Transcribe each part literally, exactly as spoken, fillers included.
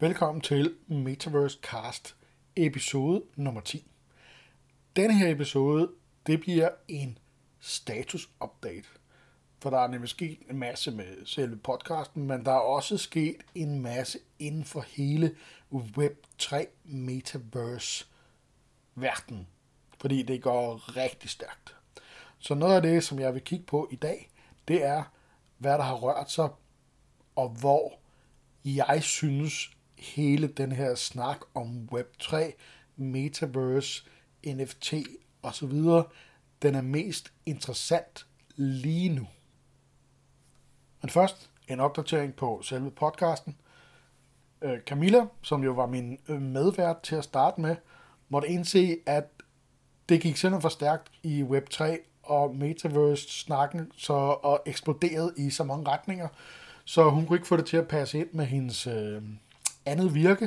Velkommen til Metaverse Cast episode nummer ti. Denne her episode, det bliver en status update. For der er nemlig sket en masse med selve podcasten, men der er også sket en masse inden for hele web tre Metaverse verden. Fordi det går rigtig stærkt. Så noget af det, som jeg vil kigge på i dag, det er, hvad der har rørt sig, og hvor jeg synes, hele den her snak om web tre, Metaverse, N F T osv., den er mest interessant lige nu. Men først en opdatering på selve podcasten. Camilla, som jo var min medvært til at starte med, måtte indse, at det gik simpelthen for stærkt i web tre og Metaverse-snakken, så og eksploderede i så mange retninger, så hun kunne ikke få det til at passe ind med hendes øh, andet virke,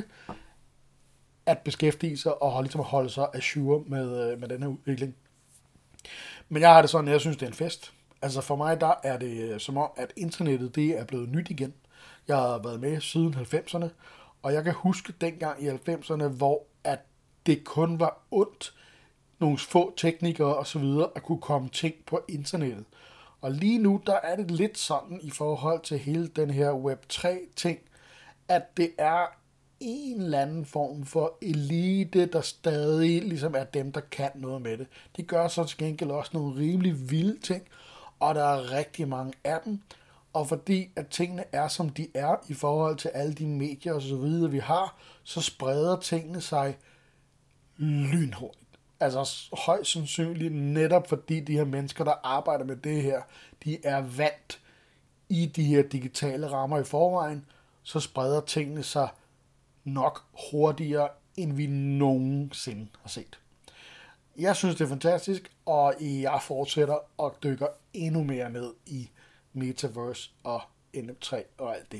at beskæftige sig og ligesom holde sig ajour med, øh, med den her udvikling. Men jeg har det sådan, at jeg synes, det er en fest. Altså for mig, der er det som om, at internettet det er blevet nyt igen. Jeg har været med siden halvfemserne, og jeg kan huske dengang i halvfemserne, hvor at det kun var ondt, nogle få teknikere og så videre, at kunne komme ting på internettet. Og lige nu, der er det lidt sådan i forhold til hele den her web tre ting, at det er en eller anden form for elite, der stadig ligesom er dem, der kan noget med det. De gør så til gengæld også nogle rimelig vilde ting, og der er rigtig mange af dem. Og fordi at tingene er, som de er i forhold til alle de medier og så videre, vi har, så spreder tingene sig lynhurtigt. Altså højst sandsynligt netop fordi de her mennesker, der arbejder med det her, de er vant i de her digitale rammer i forvejen, så spreder tingene sig nok hurtigere, end vi nogensinde har set. Jeg synes, det er fantastisk, og jeg fortsætter og dykker endnu mere ned i Metaverse og N F tre og alt det.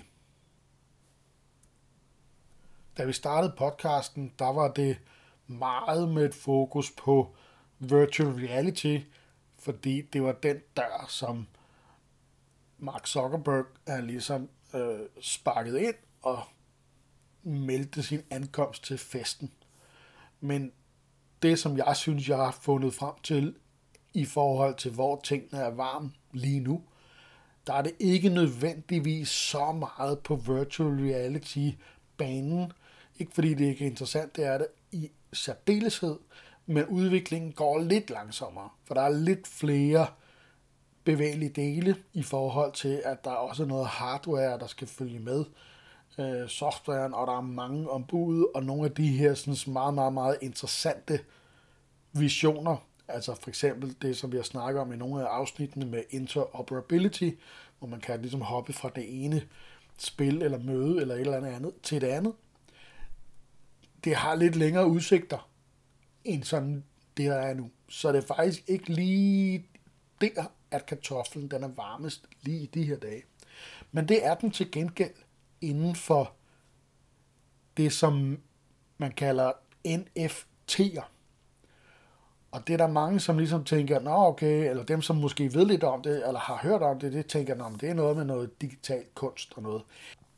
Da vi startede podcasten, der var det meget med et fokus på virtual reality, fordi det var den dør, som Mark Zuckerberg er ligesom øh, sparket ind og meldte sin ankomst til festen. Men det, som jeg synes, jeg har fundet frem til i forhold til, hvor tingene er varme lige nu, der er det ikke nødvendigvis så meget på virtual reality-banen. Ikke fordi det ikke er interessant, det er det i særdeleshed, men udviklingen går lidt langsommere, for der er lidt flere bevægelige dele i forhold til, at der er også noget hardware, der skal følge med øh, softwaren, og der er mange ombud, og nogle af de her sådan meget, meget, meget interessante visioner, altså for eksempel det, som vi har snakket om i nogle af afsnittene med interoperability, hvor man kan ligesom hoppe fra det ene spil eller møde eller et eller andet til det andet. Det har lidt længere udsigter end sådan det, der er nu. Så det er faktisk ikke lige der, at kartoflen den er varmest lige i de her dage. Men det er den til gengæld inden for det, som man kalder N F T'er. Og det er der mange, som ligesom tænker, nå okay, eller dem, som måske ved lidt om det, eller har hørt om det, det tænker, nå, det er noget med noget digital kunst og noget.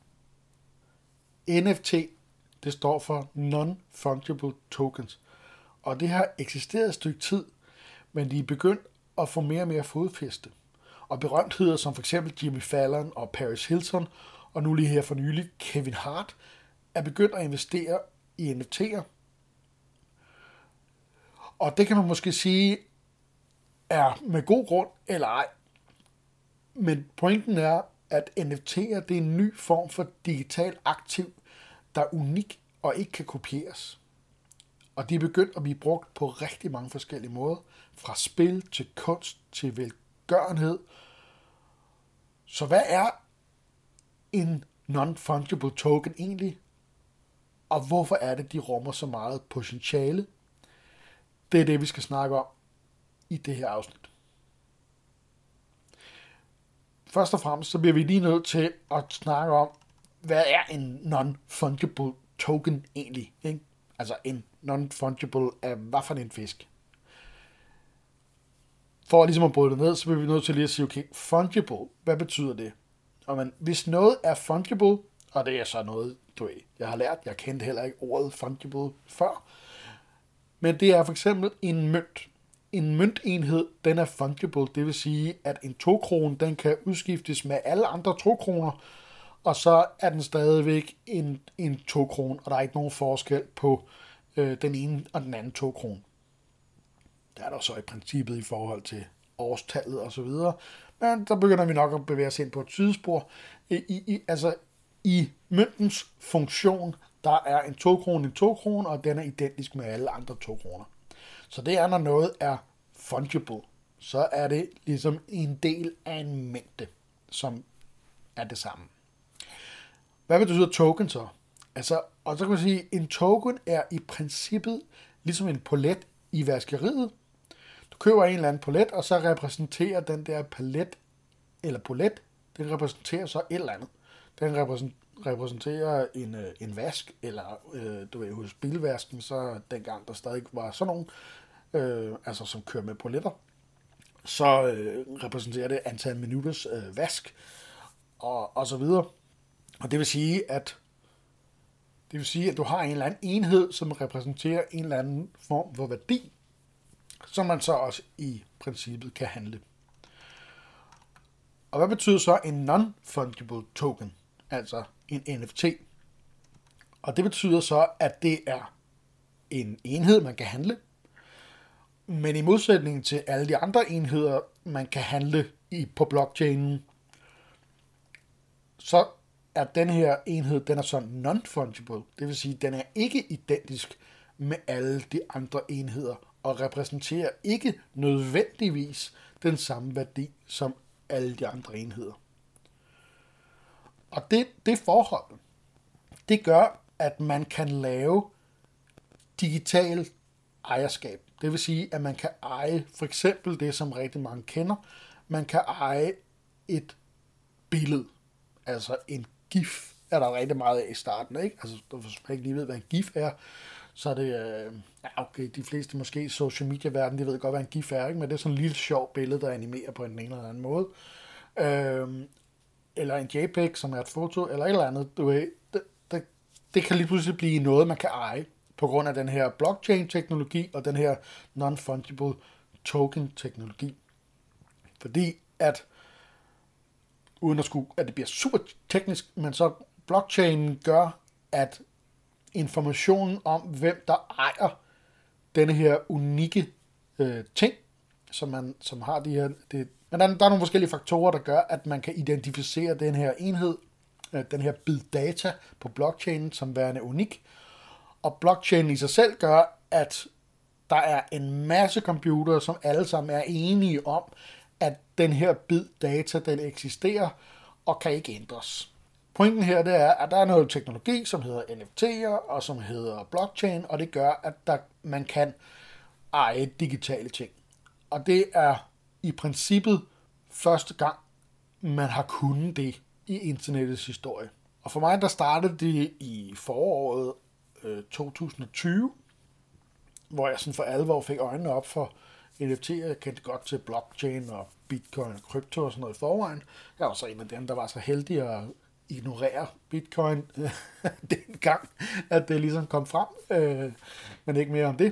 N F T, det står for Non-Fungible Tokens. Og det har eksisteret et stykke tid, men de er begyndt at få mere og mere fodfæste. Og berømtheder som for eksempel Jimmy Fallon og Paris Hilton, og nu lige her for nylig Kevin Hart, er begyndt at investere i N F T'er. Og det kan man måske sige er med god grund eller ej. Men pointen er, at N F T'er det er en ny form for digital aktiv, der er unik og ikke kan kopieres. Og de er begyndt at blive brugt på rigtig mange forskellige måder. Fra spil til kunst til velgørenhed. Så hvad er en non-fungible token egentlig? Og hvorfor er det, de rummer så meget potentiale? Det er det, vi skal snakke om i det her afsnit. Først og fremmest så bliver vi lige nødt til at snakke om, hvad er en non-fungible token egentlig? Ikke? Altså en non-fungible af hvad for en fisk? For ligesom at bryde det ned, så bliver vi nødt til lige at sige, okay, fungible, hvad betyder det? Og man, hvis noget er fungible, Og det er så noget, du ved, jeg har lært. Jeg kendte heller ikke ordet fungible før. Men det er for eksempel en mønt. En møntenhed, den er fungible, det vil sige, at en to krone, den kan udskiftes med alle andre to kroner, og så er den stadigvæk en, en to krone, og der er ikke nogen forskel på øh, den ene og den anden to krone. Der er der så i princippet i forhold til årstallet og så videre, men der begynder vi nok at bevæge os ind på et sidespor. I, i, altså i møntens funktion, der er en to krone en to krone, og den er identisk med alle andre to kroner. Så det er, når noget er fungible, så er det ligesom en del af en mængde, som er det samme. Hvad betyder token så? Altså, og så kan man sige, at en token er i princippet ligesom en palet i vaskeriet. Du køber en eller anden palet, og så repræsenterer den der palet, eller palet, den repræsenterer så et eller andet. Den repræsenterer en, en vask, eller øh, du ved, hos bilvasken, så dengang der stadig var sådan nogle, øh, altså som kører med paletter, så øh, repræsenterer det antal minutters øh, vask, og, og så videre. Og det vil sige, at det vil sige, at du har en eller anden enhed, som repræsenterer en eller anden form for værdi, som man så også i princippet kan handle. Og hvad betyder så en non-fungible token, altså en N F T? Og det betyder så, at det er en enhed, man kan handle, men i modsætning til alle de andre enheder, man kan handle i på blockchainen, så er den her enhed, den er så non-fungible. Det vil sige, at den er ikke identisk med alle de andre enheder, og repræsenterer ikke nødvendigvis den samme værdi som alle de andre enheder. Og det, det forhold, det gør, at man kan lave digital ejerskab. Det vil sige, at man kan eje for eksempel det, som rigtig mange kender. Man kan eje et billede, altså en GIF, er der rigtig meget af i starten, ikke? Altså, hvis man ikke lige ved, hvad en GIF er, så er det, øh, ja okay, de fleste måske i social media verden, de ved godt, hvad en GIF er, ikke? Men det er sådan en lille sjov billede, der animerer på en eller anden måde. Øh, eller en JPEG, som er et foto, eller et eller andet, du ved, det, det, det kan lige pludselig blive noget, man kan eje, på grund af den her blockchain-teknologi, og den her non-fungible token-teknologi. Fordi at, uden at, skulle, at det bliver super teknisk, men så blockchainen gør, at informationen om, hvem der ejer denne her unikke øh, ting, som, man, som har de her... Det, men der, der er nogle forskellige faktorer, der gør, at man kan identificere den her enhed, øh, den her bid data på blockchainen, som værende unik. Og blockchainen i sig selv gør, at der er en masse computere, som alle sammen er enige om, at den her bid data, den eksisterer og kan ikke ændres. Pointen her, det er, at der er noget teknologi, som hedder N F T'er og som hedder blockchain, og det gør, at der, man kan eje digitale ting. Og det er i princippet første gang, man har kunnet det i internettets historie. Og for mig, der startede det i foråret øh, to tusind og tyve, hvor jeg sådan for alvor fik øjnene op for N F T'er. Jeg kendte godt til blockchain og bitcoin og krypto og sådan noget i forvejen. Jeg var så en af dem, der var så heldig at ignorere bitcoin dengang, at det ligesom kom frem, øh, men ikke mere om det.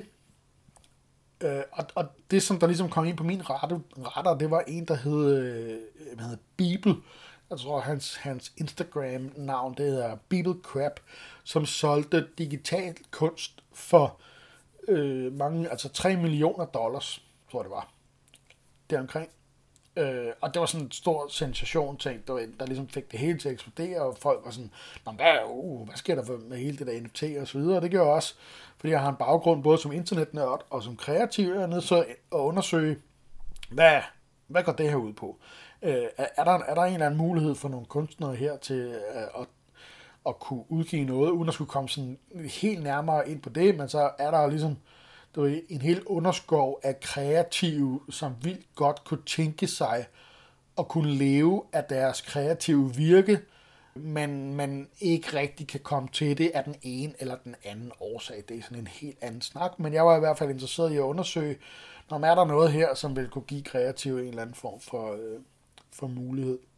Øh, og, og det, som der ligesom kom ind på min radar, radar det var en, der hed, øh, hvad hedder Beeple. Jeg tror, hans, hans Instagram-navn, det hedder Beeple Crab, som solgte digital kunst for øh, mange, altså tre millioner dollars, tror jeg det var, deromkring. Øh, og det var sådan en stor sensation ting, der, der ligesom fik det hele til at eksplodere, og folk var sådan, hvad, uh, hvad sker der med hele det der N F T og så videre, og det gør jeg også, fordi jeg har en baggrund både som internetnørd og som kreativ, jeg er nødt til at undersøge, hvad, hvad går det her ud på? Øh, er, der, er der en eller anden mulighed for nogle kunstnere her til øh, at, at kunne udgive noget, uden at skulle komme sådan helt nærmere ind på det, men så er der ligesom du ved, en hel underskov af kreative, som vildt godt kunne tænke sig at kunne leve af deres kreative virke, men man ikke rigtig kan komme til det af den ene eller den anden årsag. Det er sådan en helt anden snak, men jeg var i hvert fald interesseret i at undersøge, når er der noget her, som vil kunne give kreative en eller anden form for, øh, for mulighed.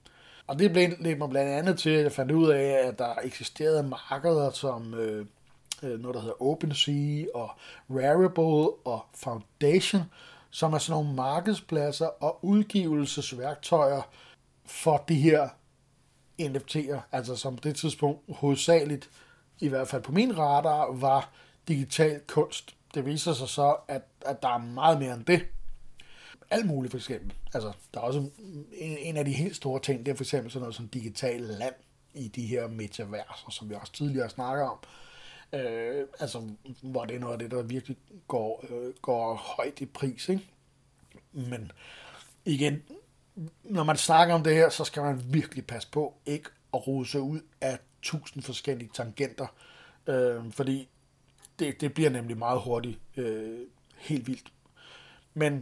Og det ledte mig blandt andet til, at jeg fandt ud af, at der eksisterede markeder som øh, noget, der hedder OpenSea og Rarible og Foundation, som er sådan nogle markedspladser og udgivelsesværktøjer for de her N F T'er, altså som på det tidspunkt hovedsageligt, i hvert fald på min radar, var digital kunst. Det viser sig så, at, at der er meget mere end det. Alt muligt for eksempel. Altså, der er også en, en af de helt store ting, det er for eksempel sådan noget som digital land i de her metaverser, som vi også tidligere snakker om. Øh, altså, hvor det er noget af det, der virkelig går, øh, går højt i pris, ikke? Men igen, når man snakker om det her, så skal man virkelig passe på ikke at rode sig ud af tusind forskellige tangenter, øh, fordi det, det bliver nemlig meget hurtigt øh, helt vildt. Men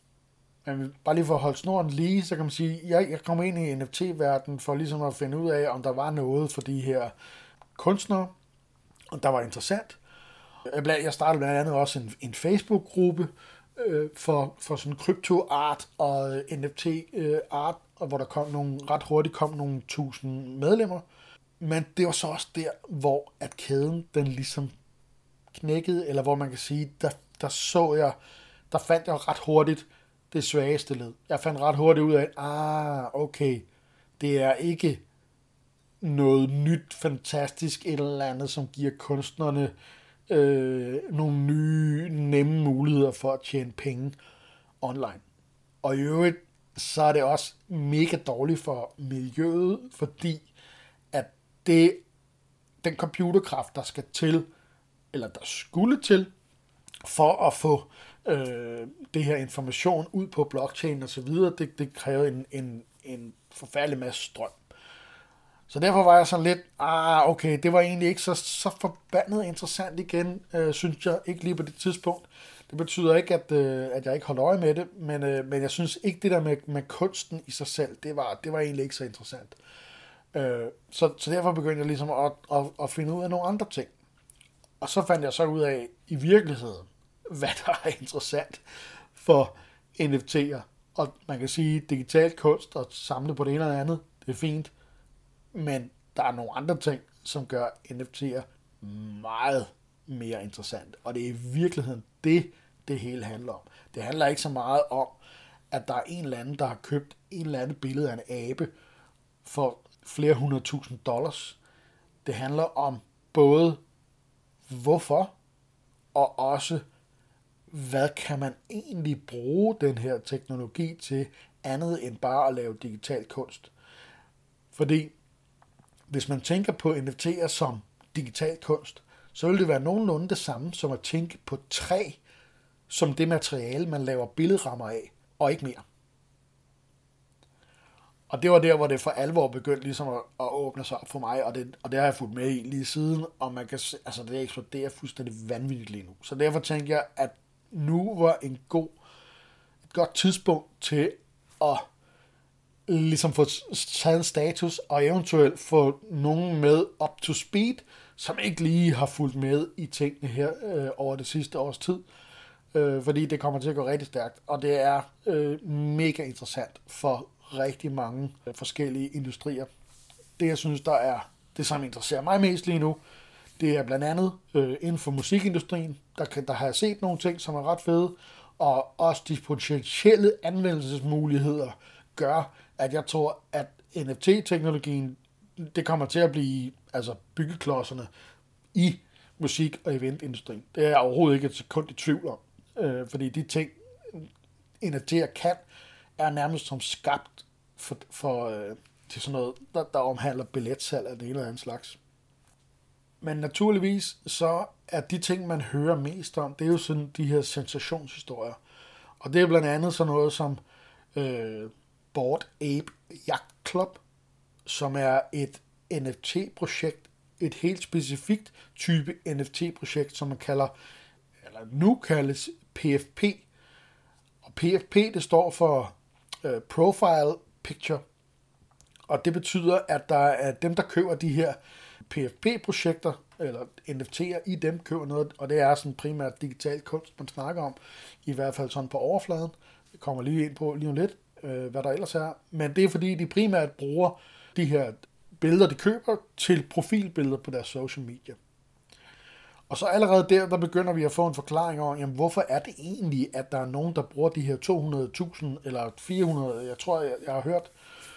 men bare lige for at holde snoren lige, så kan man sige, at jeg, jeg kom ind i N F T-verdenen for ligesom at finde ud af, om der var noget for de her kunstnere, og der var interessant. Jeg startede blandt andet også en, en Facebook-gruppe øh, for, for sådan krypto-art og N F T-art, og hvor der kom nogle, ret hurtigt kom nogle tusind medlemmer. Men det var så også der, hvor at kæden den ligesom knækkede, eller hvor man kan sige, der, der så jeg, der fandt jeg ret hurtigt det svageste led. Jeg fandt ret hurtigt ud af, ah, okay, det er ikke noget nyt, fantastisk, et eller andet, som giver kunstnerne øh, nogle nye, nemme muligheder for at tjene penge online. Og i øvrigt, så er det også mega dårligt for miljøet, fordi at det, den computerkraft, der skal til, eller der skulle til, for at få øh, det her information ud på blockchain og så videre, det, det kræver en, en, en forfærdelig masse strøm. Så derfor var jeg sådan lidt, ah, okay, det var egentlig ikke så, så forbandet interessant igen, øh, synes jeg, ikke lige på det tidspunkt. Det betyder ikke, at, øh, at jeg ikke holdt øje med det, men, øh, men jeg synes ikke, det der med, med kunsten i sig selv, det var, det var egentlig ikke så interessant. Øh, så, så derfor begyndte jeg ligesom at, at, at finde ud af nogle andre ting. Og så fandt jeg så ud af, i virkeligheden, hvad der er interessant for N F T'er. Og man kan sige, digital kunst og samle på det ene eller andet, det er fint. Men der er nogle andre ting, som gør N F T'er meget mere interessant. Og det er i virkeligheden det, det hele handler om. Det handler ikke så meget om, at der er en eller anden, der har købt en eller anden billede af en abe for flere hundrede tusind dollars. Det handler om både hvorfor, og også hvad kan man egentlig bruge den her teknologi til, andet end bare at lave digital kunst. Fordi hvis man tænker på N F T'er som digital kunst, så vil det være nogenlunde det samme som at tænke på træ som det materiale, man laver billedrammer af, og ikke mere. Og det var der, hvor det for alvor begyndte ligesom at, at åbne sig op for mig, og det, og det har jeg fulgt med i lige siden, og man kan se, altså det eksploderer fuldstændig vanvittigt lige nu. Så derfor tænker jeg, at nu var en god, et godt tidspunkt til at ligesom få taget en status, og eventuelt få nogen med up to speed, som ikke lige har fulgt med i tingene her øh, over det sidste års tid, øh, fordi det kommer til at gå rigtig stærkt, og det er øh, mega interessant for rigtig mange øh, forskellige industrier. Det, jeg synes, der er det, som interesserer mig mest lige nu, det er blandt andet øh, inden for musikindustrien, der, kan, der har jeg set nogle ting, som er ret fede, og også de potentielle anvendelsesmuligheder gør, at jeg tror, at N F T-teknologien, det kommer til at blive altså byggeklodserne i musik- og eventindustrien. Det er jeg overhovedet ikke et sekund i tvivl om, øh, fordi de ting, N F T'er kan, er nærmest som skabt for, for, øh, til sådan noget, der, der omhandler billetsalg af det ene eller andet slags. Men naturligvis så er de ting, man hører mest om, det er jo sådan de her sensationshistorier. Og det er blandt andet sådan noget som øh, Bored Ape Yacht Club, som er et N F T-projekt, et helt specifikt type N F T-projekt, som man kalder, eller nu kaldes P F P. Og P F P, det står for øh, Profile Picture, og det betyder, at der er dem, der køber de her P F P-projekter, eller N F T'er i dem, køber noget, og det er sådan primært digital kunst, man snakker om, i hvert fald sådan på overfladen. Det kommer lige ind på lige om lidt. øh, hvad der ellers er. Men det er fordi, de primært bruger de her billeder, de køber, til profilbilleder på deres social media. Og så allerede der, der begynder vi at få en forklaring over, jamen, hvorfor er det egentlig, at der er nogen, der bruger de her to hundrede tusind eller fire hundrede, jeg tror, jeg, jeg har hørt.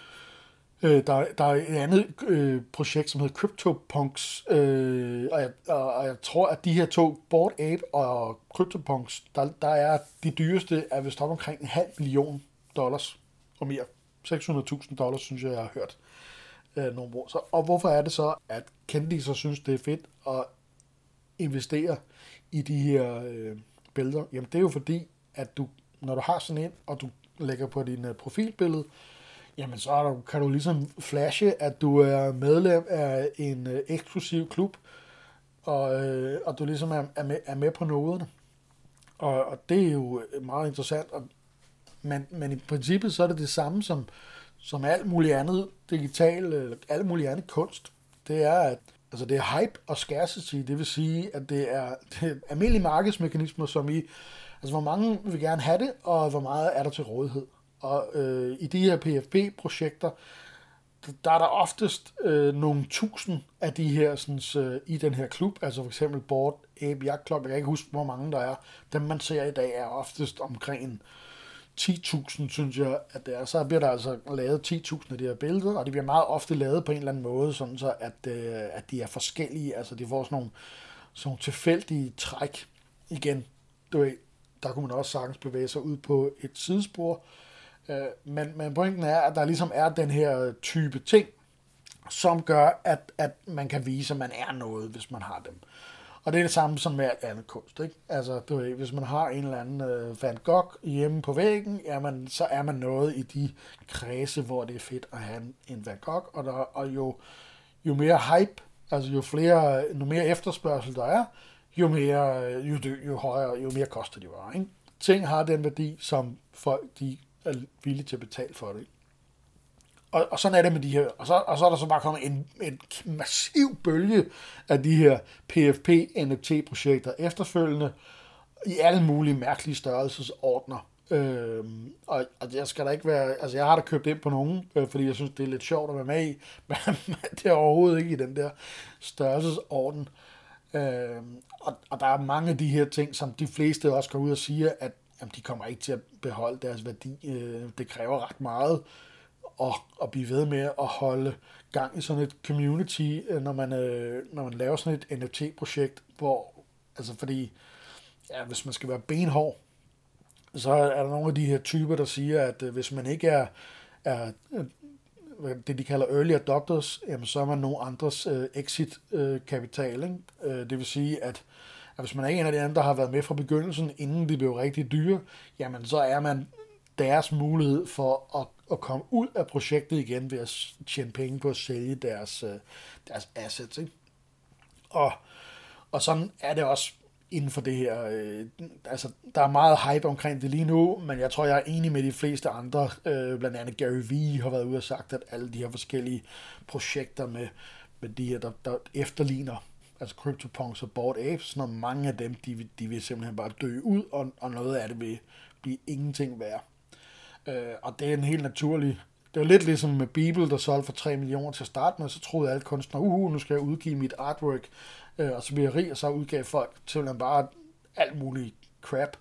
Øh, der, der er et andet øh, projekt, som hedder CryptoPunks, øh, og, jeg, og, og jeg tror, at de her to, Bored Ape og CryptoPunks, der, der er de dyreste, er vist op omkring en halv million dollars og mere. seks hundrede tusind dollars, synes jeg, jeg har hørt øh, nogle bruger. Så, og hvorfor er det så, at Kennedy så synes, det er fedt at investere i de her øh, billeder? Jamen, det er jo fordi, at du, når du har sådan en, og du lægger på din uh, profilbillede, jamen så er der, kan du ligesom flashe, at du er medlem af en øh, eksklusiv klub, og, øh, og du ligesom er, er, med, er med på noderne. Og, og det er jo meget interessant. Og, men, men i princippet så er det det samme som, som alt muligt andet digital, eller alt muligt andet kunst. Det er, at altså det er hype og scarcity, det vil sige, at det er, det er almindelige markedsmekanismer, som i, altså hvor mange vil gerne have det, og hvor meget er der til rådighed. Og øh, i de her P F P-projekter, der er der oftest øh, nogle tusind af de her sådan, øh, i den her klub, altså for eksempel Bored Ape Yacht Club, jeg kan ikke huske, hvor mange der er. Dem, man ser i dag, er oftest omkring ti tusind, synes jeg, at det er. Så bliver der altså lavet ti tusind af de her billeder, og de bliver meget ofte lavet på en eller anden måde, sådan så at, øh, at de er forskellige, altså de får sådan nogle, sådan nogle tilfældige træk. Igen, du ved, der kunne man også sagtens bevæge sig ud på et sidespor, Men, men pointen er, at der ligesom er den her type ting, som gør, at, at man kan vise, at man er noget, hvis man har dem. Og det er det samme som med alt andet kunst, ikke? Altså, du ved, hvis man har en eller anden øh, Van Gogh hjemme på væggen, jamen, så er man noget i de kredse, hvor det er fedt at have en Van Gogh, og, der, og jo, jo mere hype, altså jo flere, jo mere efterspørgsel der er, jo, mere, jo, jo højere, jo mere koster de varer, ikke? Ting har den værdi, som folk, de er villige til at betale for det. Og, og sådan er det med de her. Og så, og så er der så bare kommet en, en massiv bølge af de her P F P N F T-projekter efterfølgende i alle mulige mærkelige størrelsesordner. Øhm, og, og jeg skal da ikke være, altså jeg har da købt ind på nogen, øh, fordi jeg synes, det er lidt sjovt at være med i, men det er overhovedet ikke i den der størrelsesorden. Øhm, og, og der er mange af de her ting, som de fleste også går ud og siger, at jamen, de kommer ikke til at beholde deres værdi. Øh, det kræver ret meget at, at blive ved med at holde gang i sådan et community, når man, øh, når man laver sådan et N F T-projekt, hvor, altså fordi, ja, hvis man skal være benhård, så er der nogle af de her typer, der siger, at øh, hvis man ikke er, er øh, det, de kalder early adopters, jamen, så er man nogle andres øh, exit-kapital. Øh, øh, det vil sige, at at hvis man er en af de andre, der har været med fra begyndelsen, inden de blev rigtig dyre, jamen så er man deres mulighed for at, at komme ud af projektet igen ved at tjene penge på at sælge deres, deres assets. Ikke? Og, og sådan er det også inden for det her. Øh, altså, der er meget hype omkring det lige nu, men jeg tror, jeg er enig med de fleste andre. Øh, blandt andet Gary Vee har været ude og sagt, at alle de her forskellige projekter med, med de her, der, der efterligner altså CryptoPunks og Bored Apes, når mange af dem, de, de vil simpelthen bare dø ud, og, og noget af det vil blive ingenting værd. Øh, og det er en helt naturlig, det er jo lidt ligesom med Bibel, der solgte for tre millioner til at starte med, så troede alle kunstnere, uh, nu skal jeg udgive mit artwork, øh, og så bliver jeg rig, og så udgav folk simpelthen bare alt muligt crap.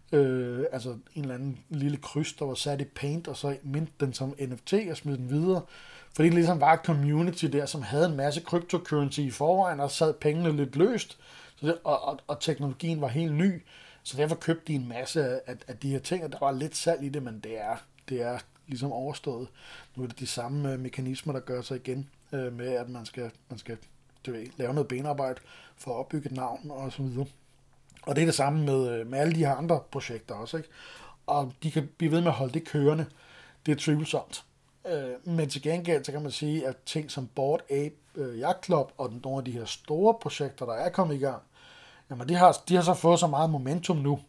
Øh, altså en eller anden lille kryds, der var sat i Paint, og så mindte den som N F T og smed den videre. Fordi det ligesom var et community der, som havde en masse cryptocurrency i forvejen, og sad pengene lidt løst, så det, og, og, og teknologien var helt ny. Så derfor købte de en masse af, af de her ting, og der var lidt salg i det, men det er, det er ligesom overstået. Nu er det de samme mekanismer, der gør sig igen, øh, med at man skal, man skal du ved, lave noget benarbejde for at opbygge et navn og så videre. Og det er det samme med, med alle de her andre projekter også, ikke? Og de kan blive ved med at holde det kørende. Det er tvivlsomt. Men til gengæld, så kan man sige, at ting som Bored Ape Yacht Club og nogle af de her store projekter, der er kommet i gang, jamen de har, de har så fået så meget momentum nu.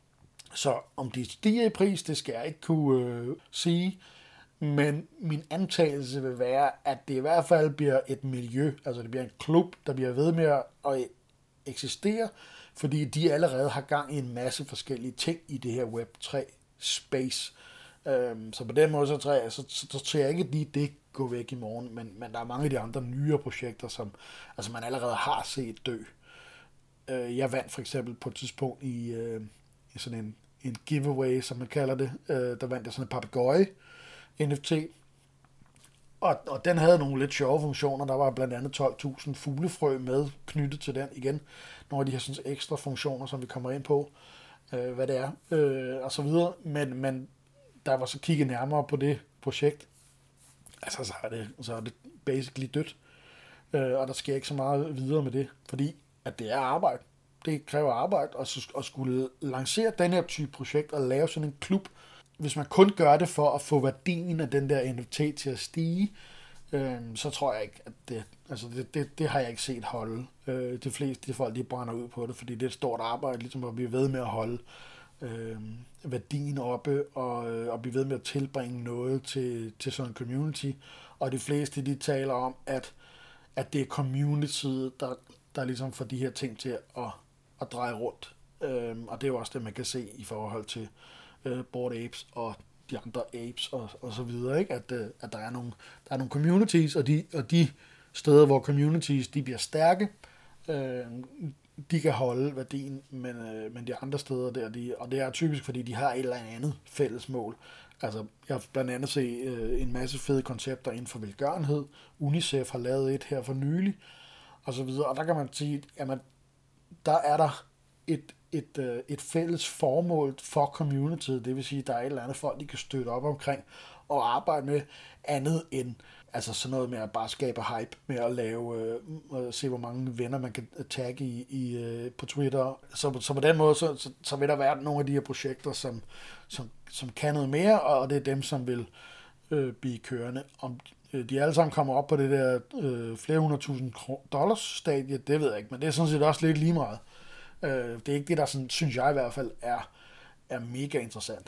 Så om de stiger i pris, det skal jeg ikke kunne øh, sige. Men min antagelse vil være, at det i hvert fald bliver et miljø, altså det bliver en klub, der bliver ved med at eksistere, fordi de allerede har gang i en masse forskellige ting i det her web tre space. Øhm, så på den måde, så tror jeg, så, så, så tror jeg ikke lige det gå væk i morgen, men, men der er mange af de andre nyere projekter, som altså man allerede har set dø. Øh, jeg vandt for eksempel på et tidspunkt i, øh, i sådan en, en giveaway, som man kalder det. Øh, der vandt jeg sådan en papegøje N F T, og, og den havde nogle lidt sjove funktioner. Der var blandt andet tolv tusind fuglefrø med knyttet til den igen. Nogle af de her sådan, ekstra funktioner, som vi kommer ind på, øh, hvad det er, øh, og så videre. Men, men der var så kigget nærmere på det projekt, altså så er det, så er det basically dødt. Øh, og der sker ikke så meget videre med det, fordi at det er arbejde. Det kræver arbejde at, at skulle lancere den her type projekt og lave sådan en klub. Hvis man kun gør det for at få værdien af den der N F T til at stige, øh, så tror jeg ikke, at det, altså det, det, det har jeg ikke set holde. Øh, de fleste de folk, de brænder ud på det, fordi det er et stort arbejde, ligesom at blive ved med at holde øh, værdien oppe, og, øh, og blive ved med at tilbringe noget til, til sådan en community. Og de fleste, de taler om, at, at det er communityet, der, der ligesom får de her ting til at, at dreje rundt. Øh, og det er jo også det, man kan se i forhold til øh, Bored Apes og de andre apes og, og så videre, ikke? At, øh, at der er nogle, der er nogle communities, og de, og de steder, hvor communities de bliver stærke, øh, de kan holde værdien, men, øh, men de andre steder der, de, og det er typisk, fordi de har et eller andet fælles mål. Altså, jeg har blandt andet set øh, en masse fede koncepter inden for velgørenhed. UNICEF har lavet et her for nylig, og så videre. Og der kan man sige, at der er der et, et, øh, et fælles formål for communityet. Det vil sige, at der er et eller andet folk, de kan støtte op omkring og arbejde med andet end altså sådan noget med at bare skabe hype, med at lave, øh, se hvor mange venner man kan tagge i, i, øh, på Twitter. Så, så på den måde, så, så, så vil der være nogle af de her projekter, som, som, som kan noget mere, og det er dem, som vil øh, blive kørende. Om øh, de alle sammen kommer op på det der øh, flere hundrede tusind dollars stadie, det ved jeg ikke, men det er sådan set også lidt lige meget. Øh, det er ikke det, der sådan, synes jeg i hvert fald er, er mega interessant.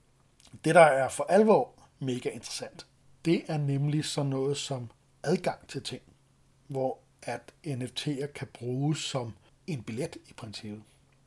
Det, der er for alvor mega interessant, det er nemlig sådan noget som adgang til ting, hvor at N F T'er kan bruges som en billet i princippet.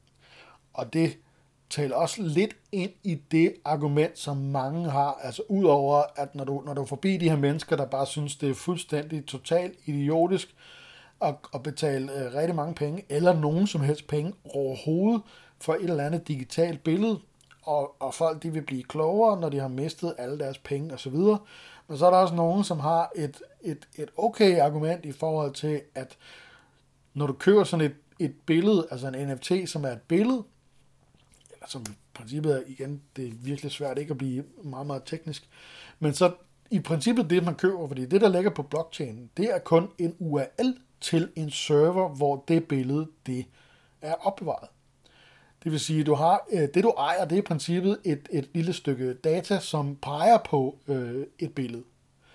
Og det taler også lidt ind i det argument, som mange har, altså udover at når du, når du er forbi de her mennesker, der bare synes, det er fuldstændig totalt idiotisk at, at betale øh, rigtig mange penge, eller nogen som helst penge overhovedet for et eller andet digitalt billede, og, og folk de vil blive klogere, når de har mistet alle deres penge osv. Men så er der også nogen, som har et, et, et okay argument i forhold til, at når du køber sådan et, et billede, altså en N F T, som er et billede, eller som i princippet er, igen, det er virkelig svært ikke at blive meget, meget teknisk, men så i princippet det, man køber, fordi det, der ligger på blockchain, det er kun en U R L til en server, hvor det billede, det er opbevaret. Det vil sige, at du har, det du ejer, det er i princippet et, et lille stykke data, som peger på øh, et billede.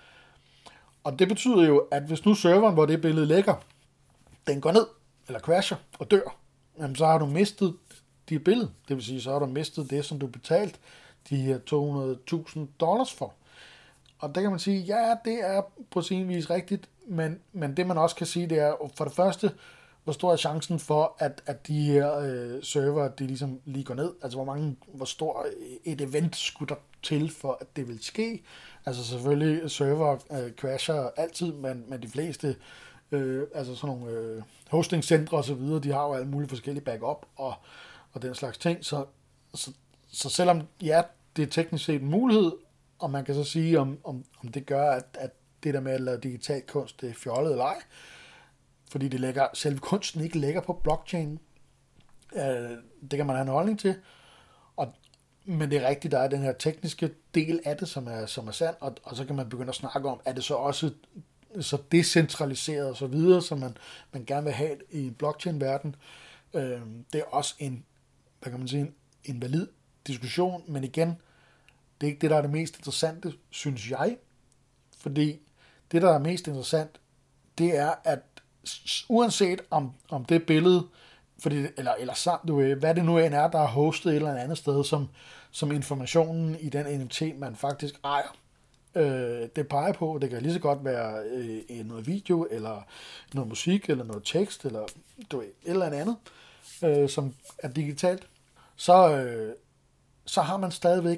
Og det betyder jo, at hvis nu serveren, hvor det billede ligger, den går ned, eller crasher og dør, jamen så har du mistet dit billede. Det vil sige, så har du mistet det, som du betalte de her to hundrede tusind dollars for. Og der kan man sige, ja, det er på sin vis rigtigt, men, men det man også kan sige, det er for det første, hvor stor er chancen for, at, at de her øh, server, de ligesom lige går ned? Altså, hvor mange, hvor stor et event skulle der til, for at det vil ske? Altså, selvfølgelig, server øh, crasher altid, men, men de fleste, øh, altså sådan nogle øh, hostingcentre og så videre, de har jo alle mulige forskellige backup og, og den slags ting. Så, så, så selvom, ja, det er teknisk set en mulighed, og man kan så sige, om, om, om det gør, at, at det der med at lave digital kunst, det er fjollet eller ej, fordi det lægger, selve kunsten ikke ligger på blockchain. Øh, det kan man have en holdning til. Og, men det er rigtigt, der er den her tekniske del af det, som er, som er sand, og, og så kan man begynde at snakke om, er det så også så decentraliseret og så videre, som man, man gerne vil have i en blockchain-verden. Øh, det er også en, hvad kan man sige, en, en valid diskussion, men igen, det er ikke det, der er det mest interessante, synes jeg. Fordi det, der er mest interessant, det er, at uanset om, om det billede, fordi, eller, eller samt, du, hvad det nu end er, der er hostet et eller andet sted, som, som informationen i den N F T, man faktisk ejer, øh, det peger på. Det kan lige så godt være øh, noget video, eller noget musik, eller noget tekst, eller du, et eller andet, øh, som er digitalt. Så, øh, så har man stadigvæk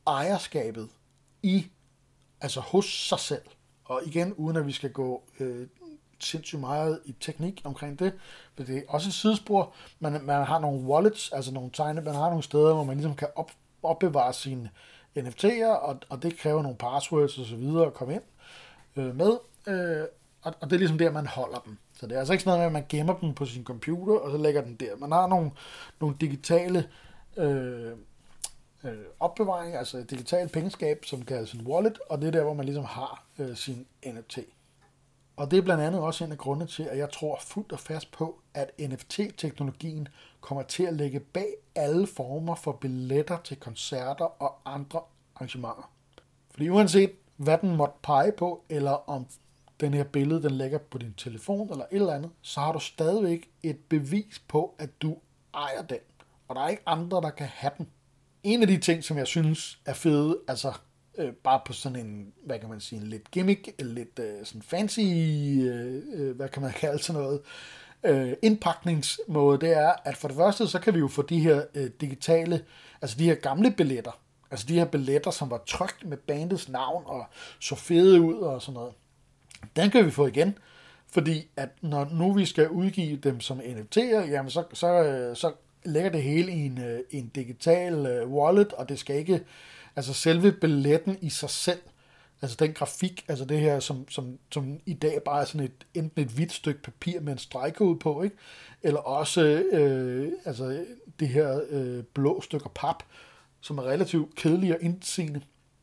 ejerskabet i, altså hos sig selv. Og igen, uden at vi skal gå øh, sindssygt meget i teknik omkring det, for det er også et sidespor. Man, man har nogle wallets, altså nogle tegne, man har nogle steder, hvor man ligesom kan op, opbevare sine N F T'er, og, og det kræver nogle passwords og så videre at komme ind øh, med, øh, og, og det er ligesom der, man holder dem. Så det er altså ikke sådan noget med, at man gemmer dem på sin computer, og så lægger den der. Man har nogle, nogle digitale øh, øh, opbevaringer, altså et digitalt pengeskab, som kaldes en wallet, og det er der, hvor man ligesom har øh, sin N F T. Og det er blandt andet også en af grundene til, at jeg tror fuldt og fast på, at N F T-teknologien kommer til at ligge bag alle former for billetter til koncerter og andre arrangementer. Fordi uanset hvad den måtte pege på, eller om den her billede, den lægger på din telefon eller et eller andet, så har du stadigvæk et bevis på, at du ejer den. Og der er ikke andre, der kan have den. En af de ting, som jeg synes er fede, altså øh, bare på sådan en, hvad kan man sige, en lidt gimmick, lidt øh, sådan fancy, øh, hvad kan man kalde sådan noget, øh, indpakningsmåde, det er, at for det første, så kan vi jo få de her øh, digitale, altså de her gamle billetter, altså de her billetter, som var trykt med bandets navn og så fede ud og sådan noget. Den kan vi få igen, fordi at når nu vi skal udgive dem som N F T'er, jamen så, så, så lægger det hele i en, en digital wallet, og det skal ikke, altså selve billetten i sig selv, altså den grafik, altså det her, som, som, som i dag bare er sådan et, enten et hvidt stykke papir med en stregkode på, ikke? Eller også øh, altså det her øh, blå stykker pap, som er relativt kedelige og indseende.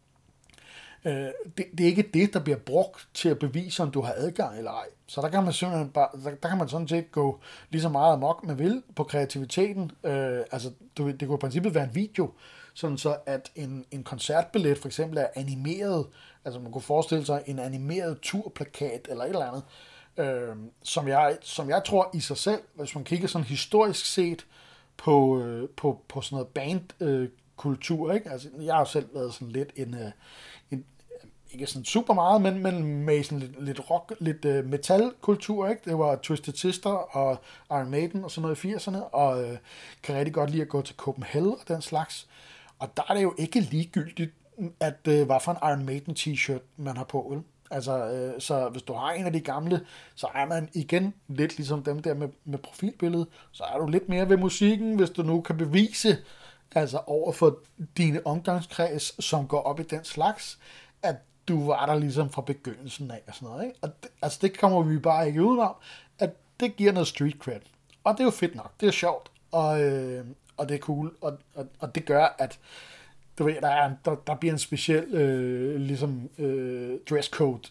Det, det er ikke det, der bliver brugt til at bevise, om du har adgang eller ej. Så der kan man simpelthen bare, der, der kan man sådan set gå lige så meget amok, man vil på kreativiteten. Øh, altså, det kunne i princippet være en video, sådan så at en, en koncertbillet for eksempel er animeret. Altså man kunne forestille sig en animeret turplakat eller et eller andet, øh, som, jeg, som jeg tror i sig selv, hvis man kigger sådan historisk set på, øh, på, på sådan noget bandkultur, øh, ikke? Altså, jeg har jo selv været sådan lidt en, øh, en ikke sådan super meget, men, men med sådan lidt, lidt rock, lidt uh, metalkultur, ikke? Det var Twisted Sister og Iron Maiden og sådan noget i firserne, og uh, kan rigtig godt lide at gå til Copenhagen og den slags. Og der er det jo ikke ligegyldigt, at uh, hvad for en Iron Maiden t-shirt man har på, vel? Altså, uh, så hvis du har en af de gamle, så er man igen lidt ligesom dem der med, med profilbilledet, så er du lidt mere ved musikken, hvis du nu kan bevise, altså over for dine omgangskreds, som går op i den slags, at du var der ligesom fra begyndelsen af og sådan noget, ikke? Og det, altså det kommer vi bare ikke ud om, at det giver noget street cred. Og det er jo fedt nok, det er sjovt, og, øh, og det er cool, og, og, og det gør, at du ved, der, er, der, der bliver en speciel øh, ligesom øh, dresscode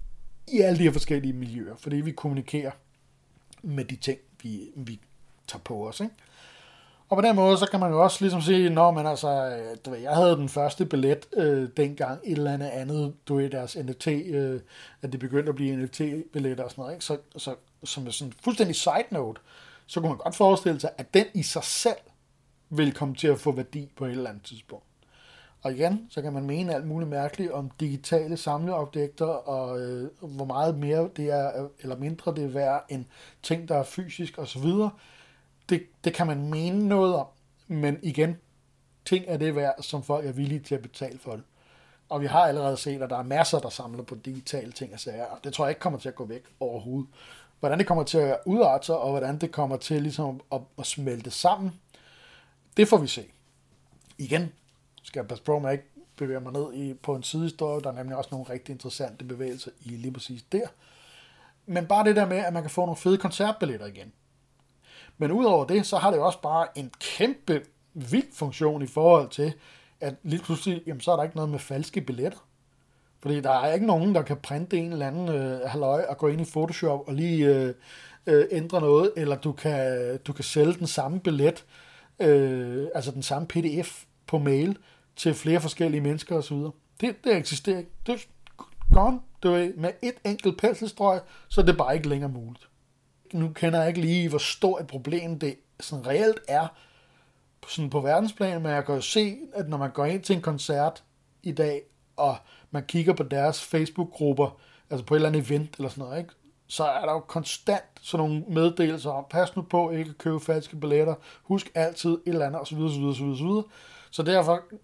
i alle de her forskellige miljøer, fordi vi kommunikerer med de ting, vi, vi tager på os, ikke? Og på den måde, så kan man jo også ligesom sige, når man altså, du ved, jeg havde den første billet øh, dengang, et eller andet andet, du ved, deres N F T, øh, at det begyndte at blive N F T-billetter og sådan noget, ikke? Så, så som sådan en fuldstændig side note, så kunne man godt forestille sig, at den i sig selv vil komme til at få værdi på et eller andet tidspunkt. Og igen, så kan man mene alt muligt mærkeligt om digitale samleobjekter, og øh, hvor meget mere det er, eller mindre det er værd end ting, der er fysisk osv. Det, det kan man mene noget om, men igen, ting er det værd, som folk er villige til at betale for det. Og vi har allerede set, at der er masser, der samler på digitale ting og sager, og det tror jeg ikke kommer til at gå væk overhovedet. Hvordan det kommer til at udarte sig, og hvordan det kommer til ligesom at, at smelte sammen, det får vi se. Igen skal jeg passe på, at jeg ikke bevæger mig ned i, på en sidehistorie, der er nemlig også nogle rigtig interessante bevægelser i lige præcis der. Men bare det der med, at man kan få nogle fede koncertbilletter igen. Men udover det, så har det også bare en kæmpe vild funktion i forhold til, at lige pludselig, jamen, så er der ikke noget med falske billetter. Fordi der er ikke nogen, der kan printe en eller anden øh, halløj og gå ind i Photoshop og lige øh, øh, ændre noget, eller du kan, du kan sælge den samme billet, øh, altså den samme P D F på mail til flere forskellige mennesker osv. Det, det eksisterer ikke. Det er gone. Det er med et enkelt penselstrøg, så er det bare ikke længere muligt. Nu kender jeg ikke lige, hvor stort et problem det sådan reelt er sådan på verdensplan, men jeg kan jo se, at når man går ind til en koncert i dag, og man kigger på deres Facebook-grupper, altså på et eller andet event eller sådan noget, ikke? Så er der jo konstant sådan nogle meddelelser om, pas nu på ikke at købe falske billetter, husk altid et eller andet, osv., osv., osv., osv. Så derfor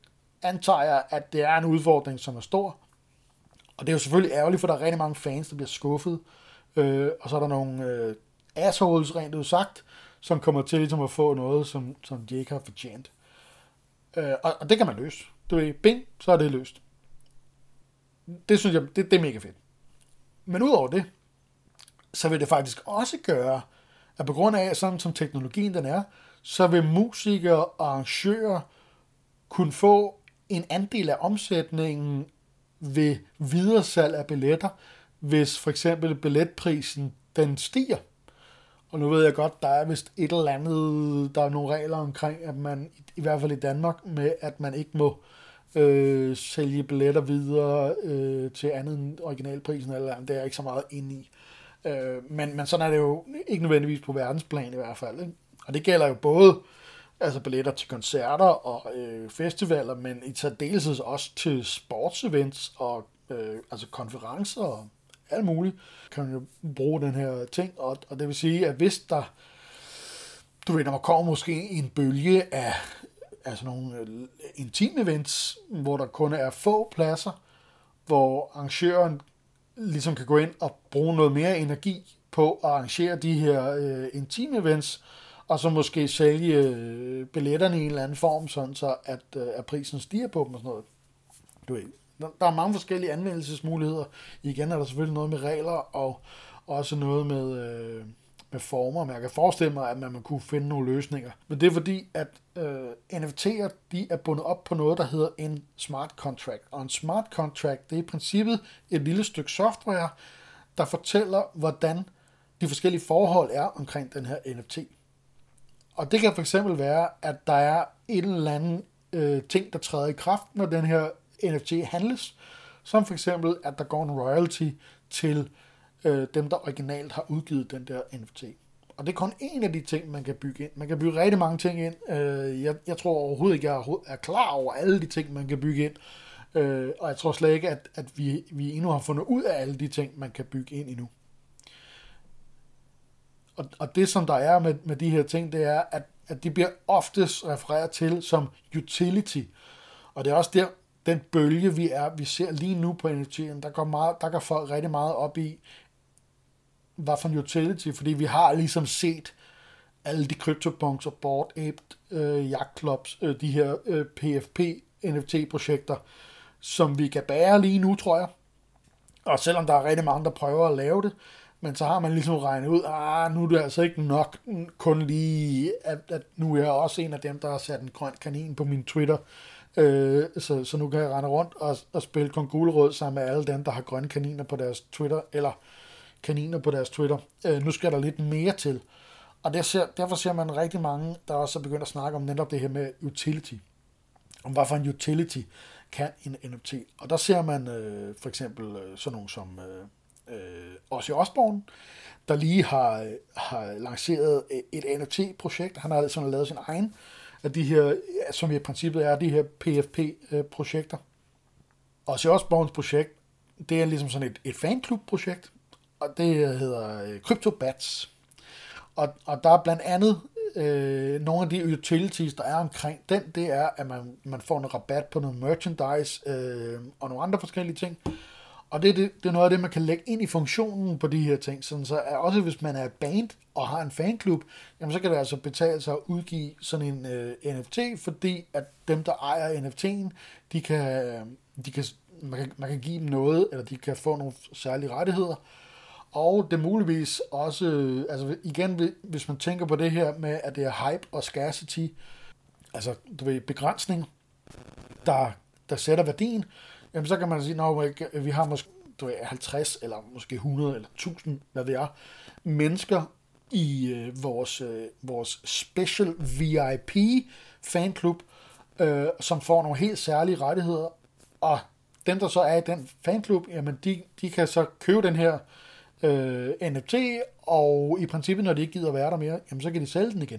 antager jeg, at det er en udfordring, som er stor. Og det er jo selvfølgelig ærgerligt, for der er rigtig mange fans, der bliver skuffet. Øh, og så er der nogle øh, assholes, rent udsagt, som kommer til ligesom at få noget, som, som de ikke har fortjent. Øh, og, og det kan man løse. Du ved, bing, så er det løst. Det synes jeg, det, det er mega fedt. Men udover det, så vil det faktisk også gøre, at på grund af, sådan som teknologien den er, så vil musikere og arrangører kunne få en andel af omsætningen ved videresalg af billetter, hvis for eksempel billetprisen den stiger. Og nu ved jeg godt, der er vist et eller andet, der er nogle regler omkring, at man, i hvert fald i Danmark, med at man ikke må øh, sælge billetter videre øh, til andet end originalprisen, eller andet. Det er jeg ikke så meget inde i. Øh, men, men sådan er det jo ikke nødvendigvis på verdensplan i hvert fald. Ikke? Og det gælder jo både altså billetter til koncerter og øh, festivaler, men i særdeleshed også til sportsevents og øh, altså konferencer og alt muligt, kan man jo bruge den her ting. Og, og det vil sige, at hvis der, du ved, når man kommer måske i en bølge af altså nogle øh, intime events, hvor der kun er få pladser, hvor arrangøren ligesom kan gå ind og bruge noget mere energi på at arrangere de her øh, intime events, og så måske sælge øh, billetterne i en eller anden form, sådan så at, øh, at prisen stiger på dem og sådan noget. Du ved, der, der er mange forskellige anvendelsesmuligheder. Igen er der selvfølgelig noget med regler, og også noget med, øh, med former. Men jeg kan forestille mig, at man, man kunne finde nogle løsninger. Men det er fordi, at øh, N F T'er, de er bundet op på noget, der hedder en smart contract. Og en smart contract, det er i princippet et lille stykke software, der fortæller, hvordan de forskellige forhold er omkring den her N F T. Og det kan for eksempel være, at der er en eller anden øh, ting, der træder i kraft, når den her N F T handles. Som for eksempel, at der går en royalty til øh, dem, der originalt har udgivet den der N F T. Og det er kun en af de ting, man kan bygge ind. Man kan bygge rigtig mange ting ind. Øh, jeg, jeg tror overhovedet ikke, jeg er klar over alle de ting, man kan bygge ind. Øh, og jeg tror slet ikke, at, at vi, vi endnu har fundet ud af alle de ting, man kan bygge ind endnu. Og, og det, som der er med, med de her ting, det er, at, at de bliver oftest refereret til som utility. Og det er også der, den bølge, vi er, vi ser lige nu på N F T'en, der går, meget, der går folk rigtig meget op i, hvad for en utility, fordi vi har ligesom set alle de CryptoPunks og Bored Ape øh, Yacht Clubs, øh, de her øh, P F P N F T-projekter, som vi kan bære lige nu, tror jeg. Og selvom der er rigtig mange, der prøver at lave det, men så har man ligesom regnet ud, ah, nu er det altså ikke nok kun lige, at, at nu er jeg også en af dem, der har sat en grøn kanin på min Twitter, øh, så, så nu kan jeg rende rundt og, og spille kongulerød sammen med alle dem, der har grønne kaniner på deres Twitter, eller kaniner på deres Twitter. Øh, nu skal der lidt mere til. Og der ser, derfor ser man rigtig mange, der også er begyndt at snakke om netop det her med utility. Om hvad for en utility kan en N F T. Og der ser man øh, for eksempel øh, sådan nogle som øh, øh, Ozzy Osbourne, der lige har, har lanceret et N F T-projekt. Han har sådan lavet sin egen af de her, som i princippet er de her P F P-projekter. Ozzy Osbournes projekt, det er ligesom sådan et, et fanklub-projekt, og det hedder CryptoBats. Og, og der er blandt andet øh, nogle af de utilities, der er omkring den, det er, at man, man får en rabat på noget merchandise øh, og nogle andre forskellige ting. Og det, det, det er noget af det, man kan lægge ind i funktionen på de her ting. Sådan så er også hvis man er et band og har en fanklub, jamen så kan det altså betale sig at udgive sådan en øh, N F T, fordi at dem, der ejer N F T'en, de kan, de kan, man, kan, man kan give dem noget, eller de kan få nogle særlige rettigheder. Og det er muligvis også, altså igen, hvis man tænker på det her med, at det er hype og scarcity, altså du ved, begrænsning, der, der sætter værdien, jamen så kan man sige, at vi har måske du ved, halvtreds eller måske hundrede eller tusind, hvad det er, mennesker i øh, vores, øh, vores special V I P fanklub, øh, som får nogle helt særlige rettigheder, og dem, der så er i den fanklub, jamen de, de kan så købe den her øh, N F T, og i princippet, når de ikke gider være der mere, jamen så kan de sælge den igen.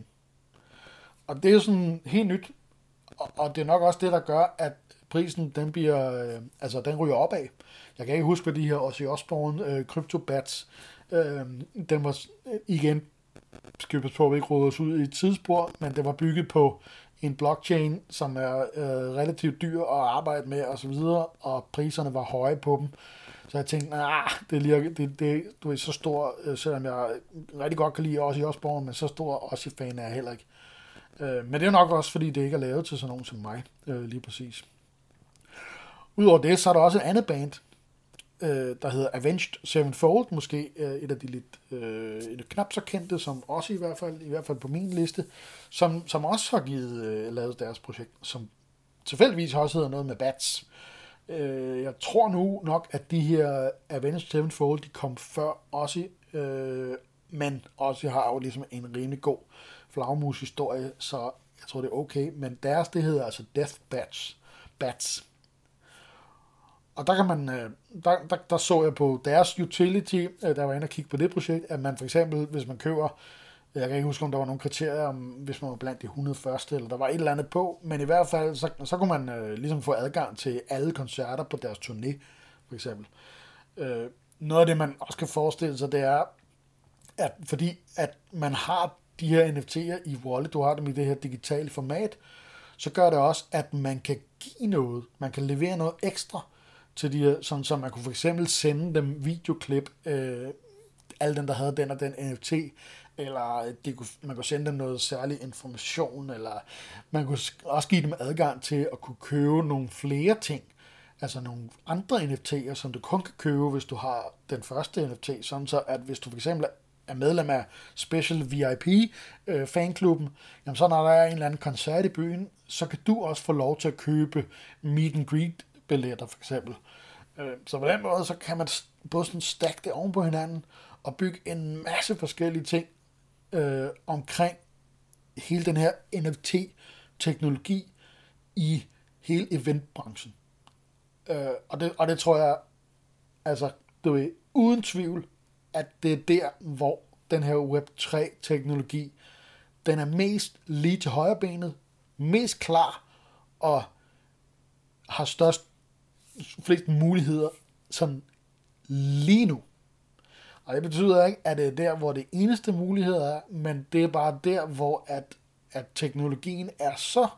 Og det er jo sådan helt nyt, og, og det er nok også det, der gør, at prisen, den bliver, øh, altså den ryger opad. Jeg kan ikke huske, hvad de her Ozzy Osbourne øh, CryptoBats, øh, den var igen, skal vi passe på, at vi ikke råder os ud i et tidsspor, men det var bygget på en blockchain, som er øh, relativt dyr at arbejde med og så videre, og priserne var høje på dem. Så jeg tænkte, nah, det, lige, det, det du er så stor, øh, selvom jeg rigtig godt kan lide Ozzy Osbourne, men så stor Ozzy-fan er jeg heller ikke. Øh, men det er nok også, fordi det ikke er lavet til sådan nogen som mig, øh, lige præcis. Udover det, så er der også et andet band, øh, der hedder Avenged Sevenfold, måske øh, et af de lidt øh, et knap så kendte, som også i hvert fald, i hvert fald på min liste, som, som også har givet, øh, lavet deres projekt, som tilfældigvis også hedder noget med Bats. Øh, jeg tror nu nok, at de her Avenged Sevenfold, de kom før også, øh, men også har jo ligesom en rimelig god flagmus-historie, så jeg tror, det er okay. Men deres, det hedder altså Death Bats. Bats. Og der kan man, der, der, der så jeg på deres utility, der var inde og kigge på det projekt, at man for eksempel, hvis man køber, jeg kan ikke huske, om der var nogle kriterier, om, hvis man var blandt de hundrede første, eller der var et eller andet på, men i hvert fald, så, så kunne man øh, ligesom få adgang til alle koncerter på deres turné, for eksempel. Øh, noget af det, man også kan forestille sig, det er, at fordi at man har de her N F T'er i wallet, du har dem i det her digitale format, så gør det også, at man kan give noget, man kan levere noget ekstra til de her, sådan så man kunne for eksempel sende dem videoklip, øh, alle dem, der havde den og den N F T, eller de kunne, man kunne sende dem noget særlig information, eller man kunne også give dem adgang til at kunne købe nogle flere ting, altså nogle andre N F T'er, som du kun kan købe, hvis du har den første N F T, sådan så at hvis du for eksempel er medlem af Special V I P øh, fanklubben, jamen så når der er en eller anden koncert i byen, så kan du også få lov til at købe meet and greet billetter for eksempel. Så på den måde, så kan man både sådan stack det oven på hinanden, og bygge en masse forskellige ting øh, omkring hele den her N F T-teknologi i hele eventbranchen. Øh, og, det, og det tror jeg, altså, du ved, uden tvivl, at det er der, hvor den her Web tre-teknologi, den er mest lige til højrebenet, mest klar, og har størst flest muligheder sådan lige nu. Og det betyder ikke, at det er der, hvor det eneste mulighed er, men det er bare der, hvor at, at teknologien er så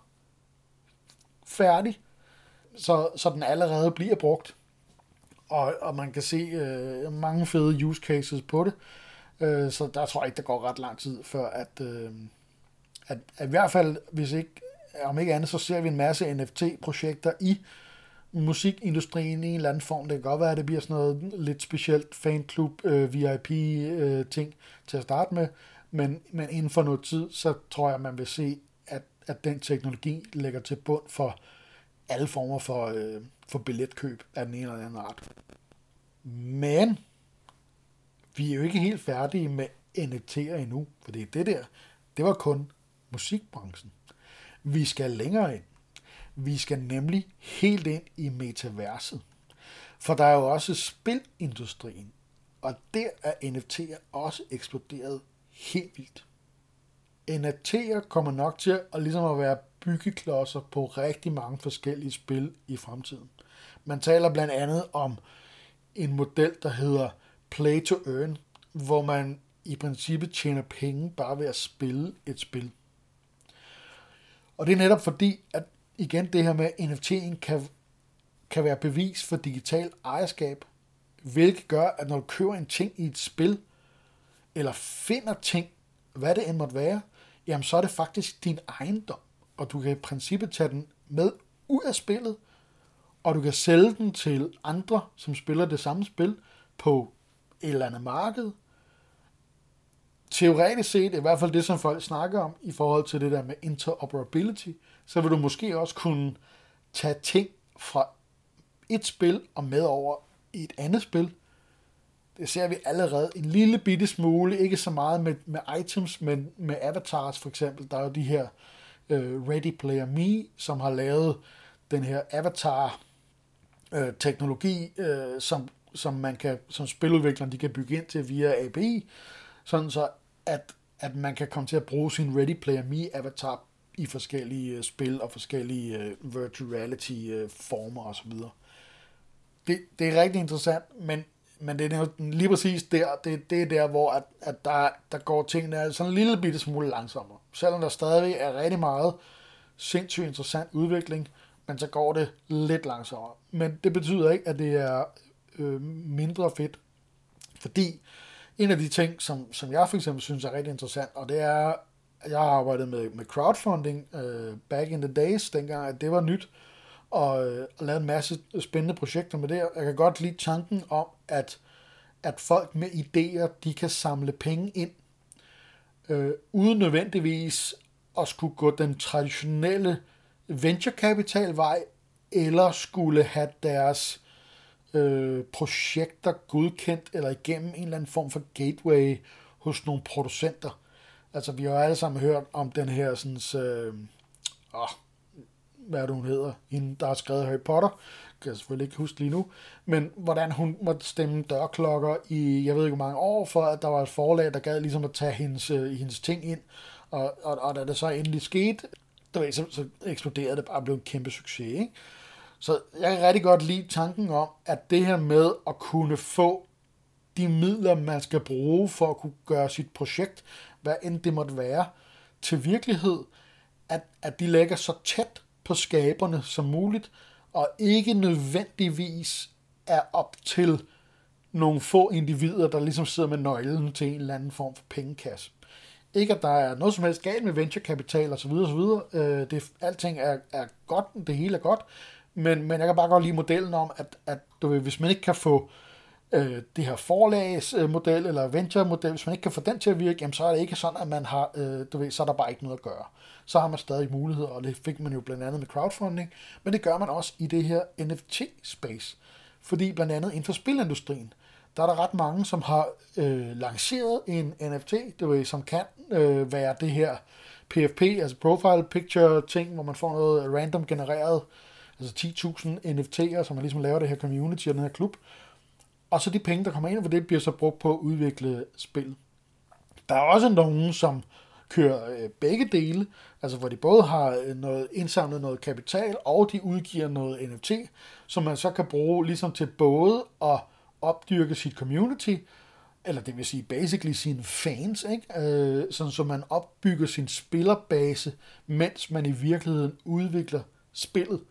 færdig, så, så den allerede bliver brugt. Og, og man kan se øh, mange fede use cases på det. Øh, så der tror jeg ikke, der går ret lang tid, før at, øh, at, at i hvert fald, hvis ikke, om ikke andet, så ser vi en masse N F T-projekter i musikindustrien i en eller anden form. Det kan godt være, at det bliver sådan noget lidt specielt fanklub, øh, V I P øh, ting til at starte med, men, men inden for noget tid, så tror jeg, man vil se, at, at den teknologi lægger til bund for alle former for, øh, for billetkøb af den ene eller anden art. Men vi er jo ikke helt færdige med N F T'er endnu, for det er det der, det var kun musikbranchen. Vi skal længere ind. Vi skal nemlig helt ind i metaverset. For der er jo også spilindustrien, og der er N F T'er også eksploderet helt vildt. N F T'er kommer nok til at, ligesom at være byggeklodser på rigtig mange forskellige spil i fremtiden. Man taler blandt andet om en model, der hedder Play to Earn, hvor man i princippet tjener penge bare ved at spille et spil. Og det er netop fordi, at igen det her med, at N F T'en kan, kan være bevis for digital ejerskab, hvilket gør, at når du køber en ting i et spil, eller finder ting, hvad det end måtte være, jamen så er det faktisk din ejendom, og du kan i princippet tage den med ud af spillet, og du kan sælge den til andre, som spiller det samme spil, på et eller andet marked. Teoretisk set, i hvert fald det, som folk snakker om, i forhold til det der med interoperability, så vil du måske også kunne tage ting fra et spil og med over i et andet spil. Det ser vi allerede en lille bitte smule, ikke så meget med, med items, men med avatars for eksempel. Der er jo de her uh, Ready Player Me, som har lavet den her avatar-teknologi, uh, uh, som, som, man kan, som spiludviklerne de kan bygge ind til via A P I, sådan så at, at man kan komme til at bruge sin Ready Player Me-avatar i forskellige uh, spil og forskellige uh, virtual reality-former uh, osv. Det, det er rigtig interessant, men, men det er lige præcis der, det, det er der, hvor at, at der, der går tingene sådan en lille bitte smule langsommere. Selvom der stadig er rigtig meget sindssygt interessant udvikling, men så går det lidt langsommere. Men det betyder ikke, at det er øh, mindre fedt, fordi en af de ting, som, som jeg for eksempel synes er rigtig interessant, og det er, at jeg har arbejdet med, med crowdfunding øh, back in the days, dengang at det var nyt, og, øh, og lavet en masse spændende projekter med det. Jeg kan godt lide tanken om, at, at folk med idéer, de kan samle penge ind, øh, uden nødvendigvis at skulle gå den traditionelle venturekapitalvej, eller skulle have deres øh, projekter godkendt, eller igennem en eller anden form for gateway hos nogle producenter. Altså, vi har jo alle sammen hørt om den her, sådan, øh, åh, hvad er det, hun hedder, hende, der har skrevet Harry Potter, kan jeg selvfølgelig ikke huske lige nu, men hvordan hun måtte stemme dørklokker i, jeg ved ikke hvor mange år, for at der var et forlag, der gad ligesom at tage hendes, øh, hendes ting ind, og, og, og da det så endelig skete, der ved, så, så eksploderede det bare og blev en kæmpe succes, ikke? Så jeg kan rigtig godt lide tanken om, at det her med at kunne få de midler, man skal bruge for at kunne gøre sit projekt, hvad end det måtte være, til virkelighed, at, at de lægger så tæt på skaberne som muligt, og ikke nødvendigvis er op til nogle få individer, der ligesom sidder med nøglen til en eller anden form for pengekasse. Ikke at der er noget som helst galt med venturekapital osv. osv. Øh, det, alting er, er godt, det hele er godt, men, men jeg kan bare godt lide modellen om, at, at du ved, hvis man ikke kan få øh, det her forlagsmodel eller venture-model, hvis man ikke kan få den til at virke, jamen, så er det ikke sådan, at man har, øh, du ved, så er der bare ikke noget at gøre. Så har man stadig muligheder, og det fik man jo blandt andet med crowdfunding, men det gør man også i det her N F T-space. Fordi blandt andet inden for spilindustrien, der er der ret mange, som har øh, lanceret en N F T, du ved, som kan øh, være det her P F P, altså profile picture ting, hvor man får noget random genereret, altså ti tusind N F T'er, som man ligesom laver det her community og den her klub. Og så de penge, der kommer ind, for det bliver så brugt på at udvikle spil. Der er også nogen, som kører øh, begge dele, altså hvor de både har noget indsamlet noget kapital, og de udgiver noget N F T, som man så kan bruge ligesom til både at opdyrke sit community, eller det vil sige basically sine fans, ikke? Øh, sådan så man opbygger sin spillerbase, mens man i virkeligheden udvikler spillet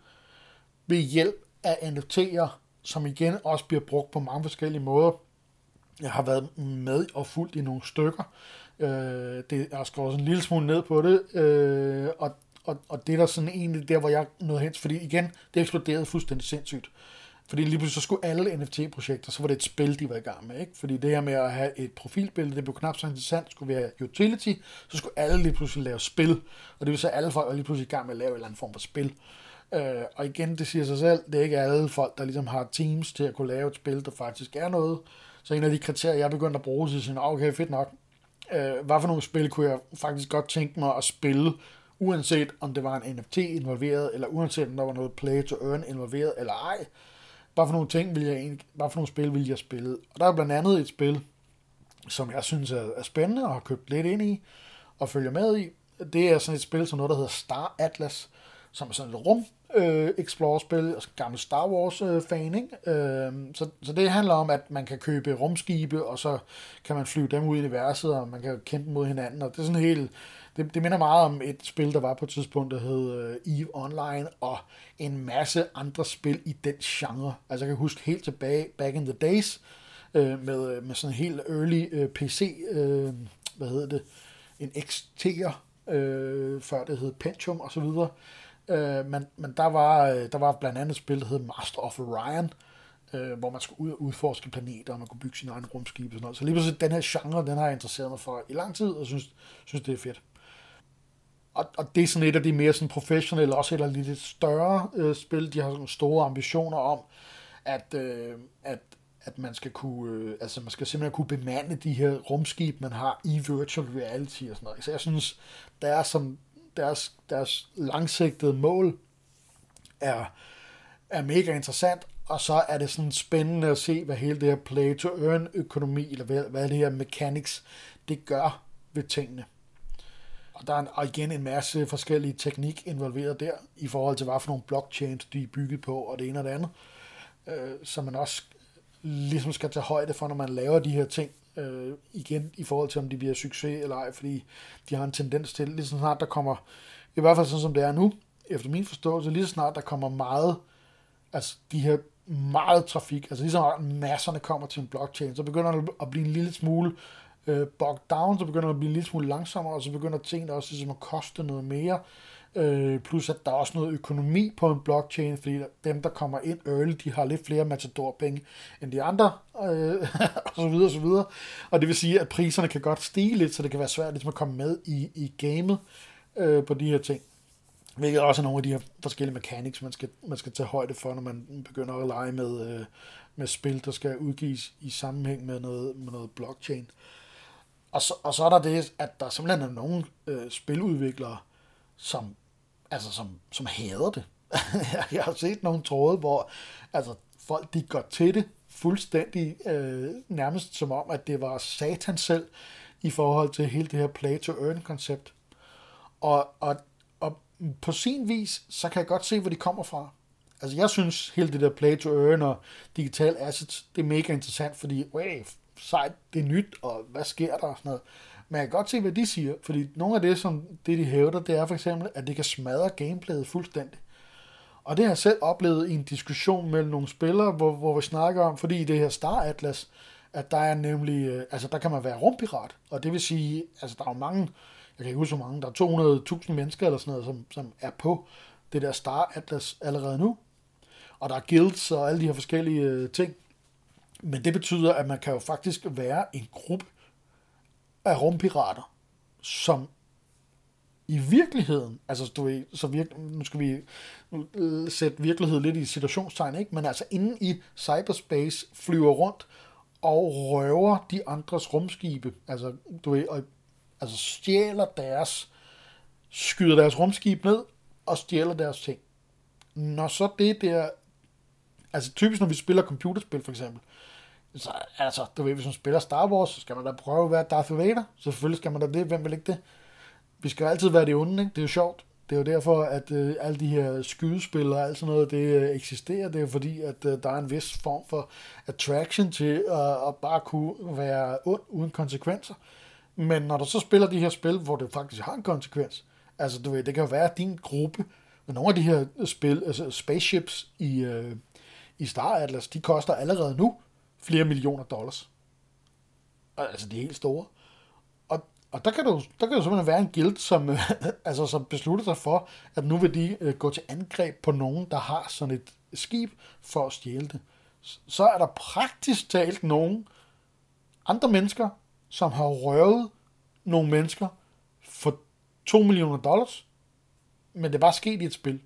ved hjælp af N F T'er, som igen også bliver brugt på mange forskellige måder. Jeg har været med og fulgt i nogle stykker. Øh, det, jeg har skrevet sådan en lille smule ned på det, øh, og, og, og det er der sådan egentlig der, hvor jeg nåede hen, fordi igen, det eksploderede fuldstændig sindssygt. Fordi lige pludselig så skulle alle N F T-projekter, så var det et spil, de var i gang med, ikke? Fordi det her med at have et profilbillede, det blev knap så interessant, skulle være utility, så skulle alle lige pludselig lave spil, og det vil sige, at alle folk var lige pludselig i gang med at lave en eller anden form for spil. Øh, og igen, det siger sig selv, det er ikke alle folk, der ligesom har teams til at kunne lave et spil, der faktisk er noget. Så en af de kriterier, jeg begyndte at bruge, så siger okay, fedt nok. Øh, hvad for nogle spil kunne jeg faktisk godt tænke mig at spille, uanset om det var en N F T involveret, eller uanset om der var noget play to earn involveret, eller ej. Hvad for nogle ting vil jeg egentlig, hvad for nogle spil vil jeg spille? Og der er blandt andet et spil, som jeg synes er, er spændende, og har købt lidt ind i, og følger med i. Det er sådan et spil, som noget, der hedder Star Atlas, som er sådan et rum øh, Explorer-spil, altså gammel Star Wars-fan, ikke? Øh, så, så det handler om, at man kan købe rumskibe, og så kan man flyve dem ud i universet, og man kan kæmpe mod hinanden, og det er sådan helt, det, det minder meget om et spil, der var på et tidspunkt, der hed uh, EVE Online, og en masse andre spil i den genre. Altså jeg kan huske helt tilbage, back in the days, øh, med, med sådan en helt early øh, P C, øh, hvad hedder det, en X T'er, øh, før det hed Pentium og så videre. Øh, men, men der var, der var blandt andet et spil, der hed Master of Orion, øh, hvor man skulle ud og udforske planeter, og man kunne bygge sin egen rumskib og sådan noget. Så lige pludselig den her genre, den har jeg interesseret mig for i lang tid, og synes, synes det er fedt. Og, og det er sådan et af de mere sådan professionelle, også et af de lidt større øh, spil, de har sådan store ambitioner om, at, øh, at, at man skal kunne, øh, altså man skal simpelthen kunne bemande de her rumskib, man har i virtual reality og sådan noget. Så jeg synes, der er som Deres, deres langsigtede mål er, er mega interessant, og så er det sådan spændende at se, hvad hele det her play-to-earn-økonomi, eller hvad, hvad det her mechanics, det gør ved tingene. Og der er en, og igen en masse forskellige teknik involveret der, i forhold til, hvad for nogle blockchains, de er bygget på, og det ene og det andet, øh, så man også ligesom skal tage højde for, når man laver de her ting, øh, igen i forhold til, om de bliver succes eller ej, fordi de har en tendens til, lige så snart der kommer i hvert fald sådan som det er nu, efter min forståelse, lige så snart der kommer meget, altså de her meget trafik, altså lige så snart masserne kommer til en blockchain, så begynder det at blive en lille smule øh, bogged down, så begynder det at blive en lille smule langsommere, og så begynder tingene også ligesom at koste noget mere, øh, plus at der er også noget økonomi på en blockchain, fordi dem, der kommer ind early, de har lidt flere matador-penge end de andre, øh, og så videre, og så videre, og det vil sige, at priserne kan godt stige lidt, så det kan være svært ligesom at komme med i, i gamet øh, på de her ting. Hvilket også er nogle af de her forskellige mechanics, man skal, man skal tage højde for, når man begynder at lege med, øh, med spil, der skal udgives i sammenhæng med noget, med noget blockchain. Og så, og så er der det, at der simpelthen er nogle øh, spiludviklere, som, altså som, som hader det. Jeg har set nogle tråde, hvor altså, folk de går til det fuldstændig øh, nærmest som om, at det var satan selv i forhold til hele det her play-to-earn-koncept. Og, og Og på sin vis, så kan jeg godt se, hvor de kommer fra. Altså, jeg synes, hele det der play to earn og digital assets, det er mega interessant, fordi, wow, sejt, det er nyt, og hvad sker der og sådan noget. Men jeg kan godt se, hvad de siger, fordi nogle af det, som det de hævder, det er for eksempel, at det kan smadre gameplayet fuldstændig. Og det har jeg selv oplevet i en diskussion mellem nogle spillere, hvor, hvor vi snakker om, fordi i det her Star Atlas, at der er nemlig, altså der kan man være rumpirat, og det vil sige, altså der er jo mange, jeg kan ikke huske så mange, der er to hundrede tusind mennesker eller sådan noget, som, som er på det der Star Atlas allerede nu. Og der er guilds og alle de her forskellige øh, ting. Men det betyder, at man kan jo faktisk være en gruppe af rumpirater, som i virkeligheden, altså du ved, så virke, nu skal vi nu sætte virkelighed lidt i situationstegn, ikke? Men altså inde i cyberspace flyver rundt og røver de andres rumskibe, altså du ved, og altså stjæler deres, skyder deres rumskib ned, og stjæler deres ting. Når så det der, altså typisk når vi spiller computerspil for eksempel, så altså, du ved, hvis man spiller Star Wars, så skal man da prøve at være Darth Vader, selvfølgelig skal man da det, hvem vil ikke det? Vi skal jo altid være det onde, ikke? Det er jo sjovt. Det er jo derfor, at øh, alle de her skydespil og alt sådan noget, det øh, eksisterer. Det er jo fordi, at øh, der er en vis form for attraction til øh, at bare kunne være ond uden konsekvenser. Men når du så spiller de her spil, hvor det faktisk har en konsekvens, altså du ved, det kan jo være, at din gruppe, med nogle af de her spil, altså spaceships i, øh, i Star Atlas, de koster allerede nu flere millioner dollars. Altså de er helt store. Og, og der kan du der kan jo simpelthen være en guild, som, øh, altså, som beslutter sig for, at nu vil de øh, gå til angreb på nogen, der har sådan et skib for at stjæle det. Så er der praktisk talt nogen andre mennesker, som har røvet nogle mennesker for to millioner dollars, men det er bare sket i et spil.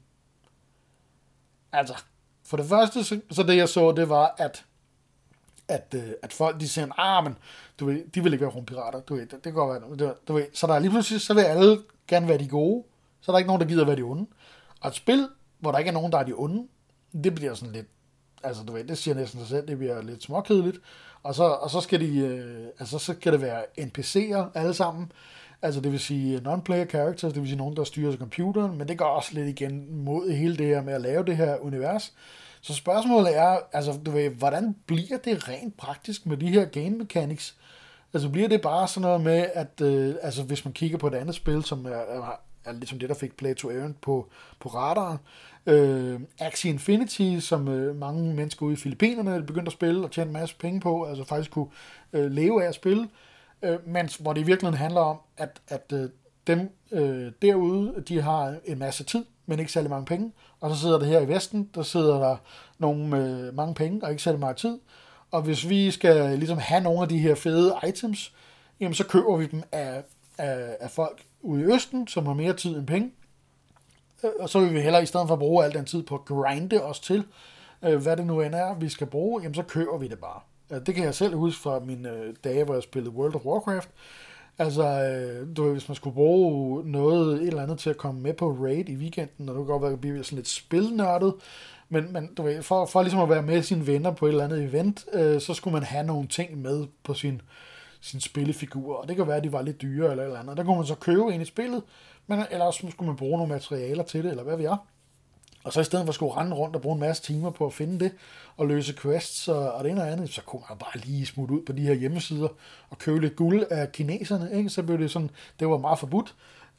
Altså, for det første, så, så det jeg så, det var, at at, at folk, de siger, ah, men du ved, de vil ikke være rumpirater, du ved, det, det kan godt være, du, du ved, så der er lige pludselig, så vil alle gerne være de gode, så er der ikke nogen, der gider være de onde. Og et spil, hvor der ikke er nogen, der er de onde, det bliver sådan lidt, altså du ved, det siger næsten sig selv, det bliver lidt småkedeligt, og så, og så skal de, øh, altså så skal det være N P C'er alle sammen, altså det vil sige non-player characters, det vil sige nogen, der styrer sig computeren, men det går også lidt igen mod hele det her med at lave det her univers. Så spørgsmålet er, altså du ved, hvordan bliver det rent praktisk med de her game mechanics? Altså bliver det bare sådan noget med, at øh, altså hvis man kigger på et andet spil, som er, er, er ligesom det, der fik Play to Earn på, på radaren, øh, Axie Infinity, som øh, mange mennesker ude i Filippinerne begyndte at spille og tjene en masse penge på, altså faktisk kunne øh, leve af at spille, øh, mens hvor det i virkeligheden handler om, at, at øh, dem øh, derude, de har en masse tid, men ikke særlig mange penge, og så sidder der her i Vesten, der sidder der nogen med mange penge og ikke særlig meget tid, og hvis vi skal ligesom have nogle af de her fede items, jamen så køber vi dem af, af, af folk ude i Østen, som har mere tid end penge, og så vil vi hellere i stedet for at bruge al den tid på at grinde os til, hvad det nu end er, vi skal bruge, jamen så køber vi det bare. Det kan jeg selv huske fra mine dage, hvor jeg spillede World of Warcraft. Altså, du ved, hvis man skulle bruge noget, et eller andet til at komme med på raid i weekenden, og du kan godt være, at blive sådan lidt spilnørdet, men, men du ved, for, for ligesom at være med sine venner på et eller andet event, øh, så skulle man have nogle ting med på sin, sin spillefigur, og det kan være, at de var lidt dyre eller et eller andet. Der kunne man så købe ind i spillet, men ellers skulle man bruge nogle materialer til det, eller hvad vi er. Og så i stedet for at skulle rende rundt og bruge en masse timer på at finde det, og løse quests og, og det ene og andet, så kunne man bare lige smutte ud på de her hjemmesider og købe lidt guld af kineserne, ikke? Så blev det sådan, det var meget forbudt.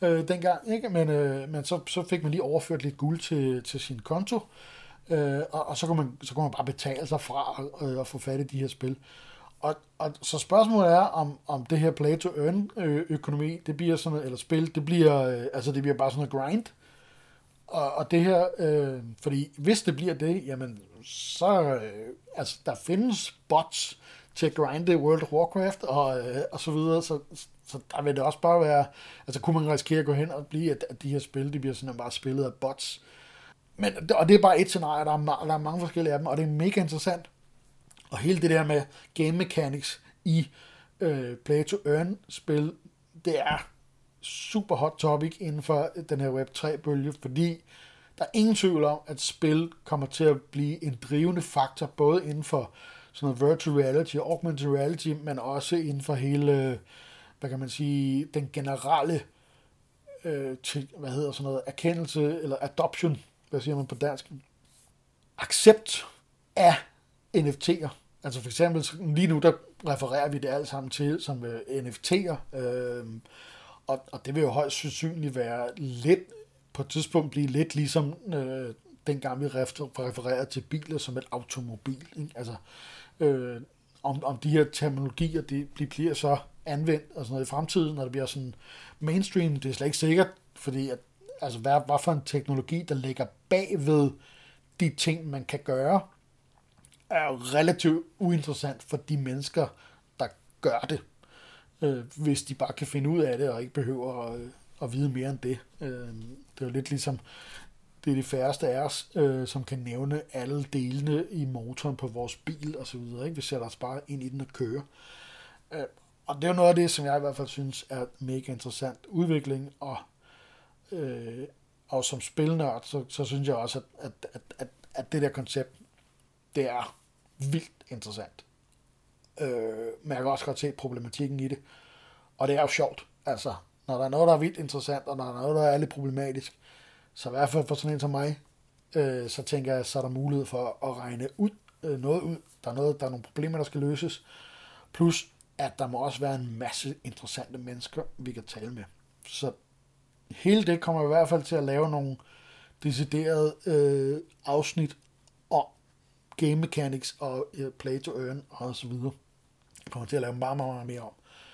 øh, dengang, ikke? Men, øh, men så, så fik man lige overført lidt guld til, til sin konto, øh, og, og så, kunne man, så kunne man bare betale sig fra og, og få fat i de her spil. Og, og så spørgsmålet er, om, om det her play-to-earn-økonomi, det bliver sådan noget, eller spil, det bliver, øh, altså det bliver bare sådan noget grind. Og, og det her, øh, fordi hvis det bliver det, jamen, så, øh, altså, der findes bots til at grinde World of Warcraft, og, øh, og så videre, så, så der vil det også bare være, altså kunne man risikere at gå hen og blive, at, at de her spil, de bliver sådan bare spillet af bots. Men, og det er bare et scenarie, der er, der er mange forskellige af dem, og det er mega interessant. Og hele det der med game mechanics i øh, play-to-earn-spil, det er super hot topic inden for den her web tre-bølge, fordi der er ingen tvivl om, at spil kommer til at blive en drivende faktor, både inden for sådan noget virtual reality og augmented reality, men også inden for hele, hvad kan man sige, den generelle øh, til, hvad hedder sådan noget, erkendelse, eller adoption, hvad siger man på dansk, accept af N F T'er. Altså for eksempel, lige nu der refererer vi det alt sammen til som øh, N F T'er, øh, og, og det vil jo højst sandsynligt være lidt, på et tidspunkt blive lidt ligesom øh, dengang vi refererede til biler som et automobil. Ikke? Altså, øh, om, om de her terminologier, de, de bliver så anvendt og sådan noget i fremtiden, når det bliver sådan mainstream, det er slet ikke sikkert, fordi at, altså, hvad, hvad for en teknologi, der ligger bagved de ting, man kan gøre, er jo relativt uinteressant for de mennesker, der gør det, øh, hvis de bare kan finde ud af det, og ikke behøver at, at vide mere end det. Øh, det er jo lidt ligesom, det er de færreste af os, øh, som kan nævne alle delene i motoren på vores bil, og så videre, ikke? Vi sætter os bare ind i den og kører. Øh, og det er jo noget af det, som jeg i hvert fald synes er mega interessant udvikling, og, øh, og som spilnørd, så, så synes jeg også, at, at, at, at, at det der koncept, det er vildt interessant. Øh, men jeg kan også godt se problematikken i det. Og det er jo sjovt. Altså, når der er noget, der er vildt interessant, og når der er noget, der er lidt problematisk, så i hvert fald for sådan en som mig, øh, så tænker jeg, så er der mulighed for at regne ud, øh, noget ud. Der er, noget, der er nogle problemer, der skal løses. Plus, at der må også være en masse interessante mennesker, vi kan tale med. Så hele det kommer i hvert fald til at lave nogle deciderede øh, afsnit om game mechanics og uh, play to earn og så videre. Jeg kommer til at lave meget, meget, meget mere om.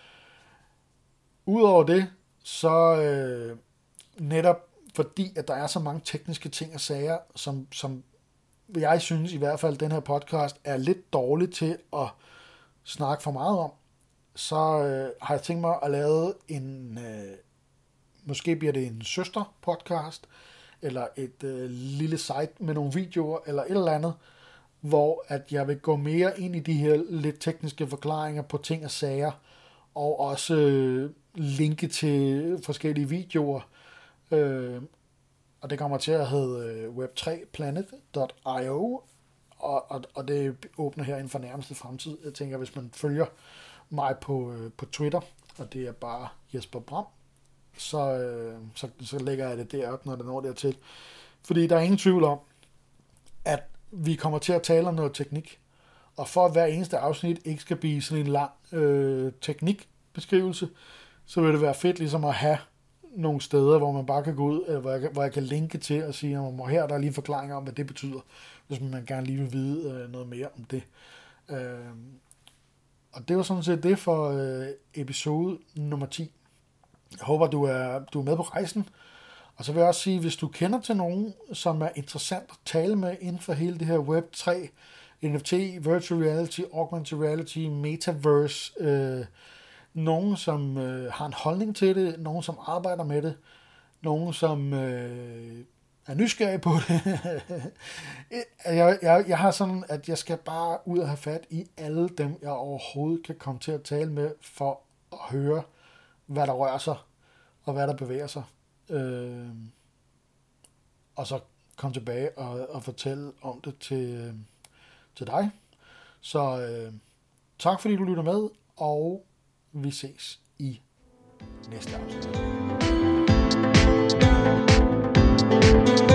Udover det, så øh, netop fordi, at der er så mange tekniske ting og sager, som, som jeg synes i hvert fald, den her podcast er lidt dårlig til at snakke for meget om, så øh, har jeg tænkt mig at lave en, øh, måske bliver det en søster-podcast, eller et øh, lille site med nogle videoer, eller et eller andet, hvor at jeg vil gå mere ind i de her lidt tekniske forklaringer på ting og sager, og også øh, linke til forskellige videoer. Øh, og det kommer til at hedde øh, web tre planet punktum i o, og, og, og det åbner her inden for nærmeste fremtid. Jeg tænker, hvis man følger mig på, øh, på Twitter, og det er bare Jesper Bram, så, øh, så, så lægger jeg det derop, når det når dertil. Fordi der er ingen tvivl om, at vi kommer til at tale om noget teknik, og for at hver eneste afsnit ikke skal blive sådan en lang øh, teknikbeskrivelse, så vil det være fedt ligesom at have nogle steder, hvor man bare kan gå ud, eller hvor jeg, hvor jeg kan linke til og sige, at her der er lige forklaringer om, hvad det betyder, hvis man gerne lige vil vide øh, noget mere om det. Øh, og det var sådan set det for øh, episode nummer ti. Jeg håber, du er, du er med på rejsen. Og så vil jeg også sige, hvis du kender til nogen, som er interessant at tale med inden for hele det her web tre, N F T, virtual reality, augmented reality, metaverse, øh, nogen, som øh, har en holdning til det, nogen, som arbejder med det, nogen, som øh, er nysgerrig på det. jeg, jeg, jeg har sådan, at jeg skal bare ud og have fat i alle dem, jeg overhovedet kan komme til at tale med, for at høre, hvad der rører sig, og hvad der bevæger sig. Øh, og så komme tilbage og, og fortælle om det til, øh, til dig. Så øh, tak fordi du lytter med, og vi ses i næste afsnit.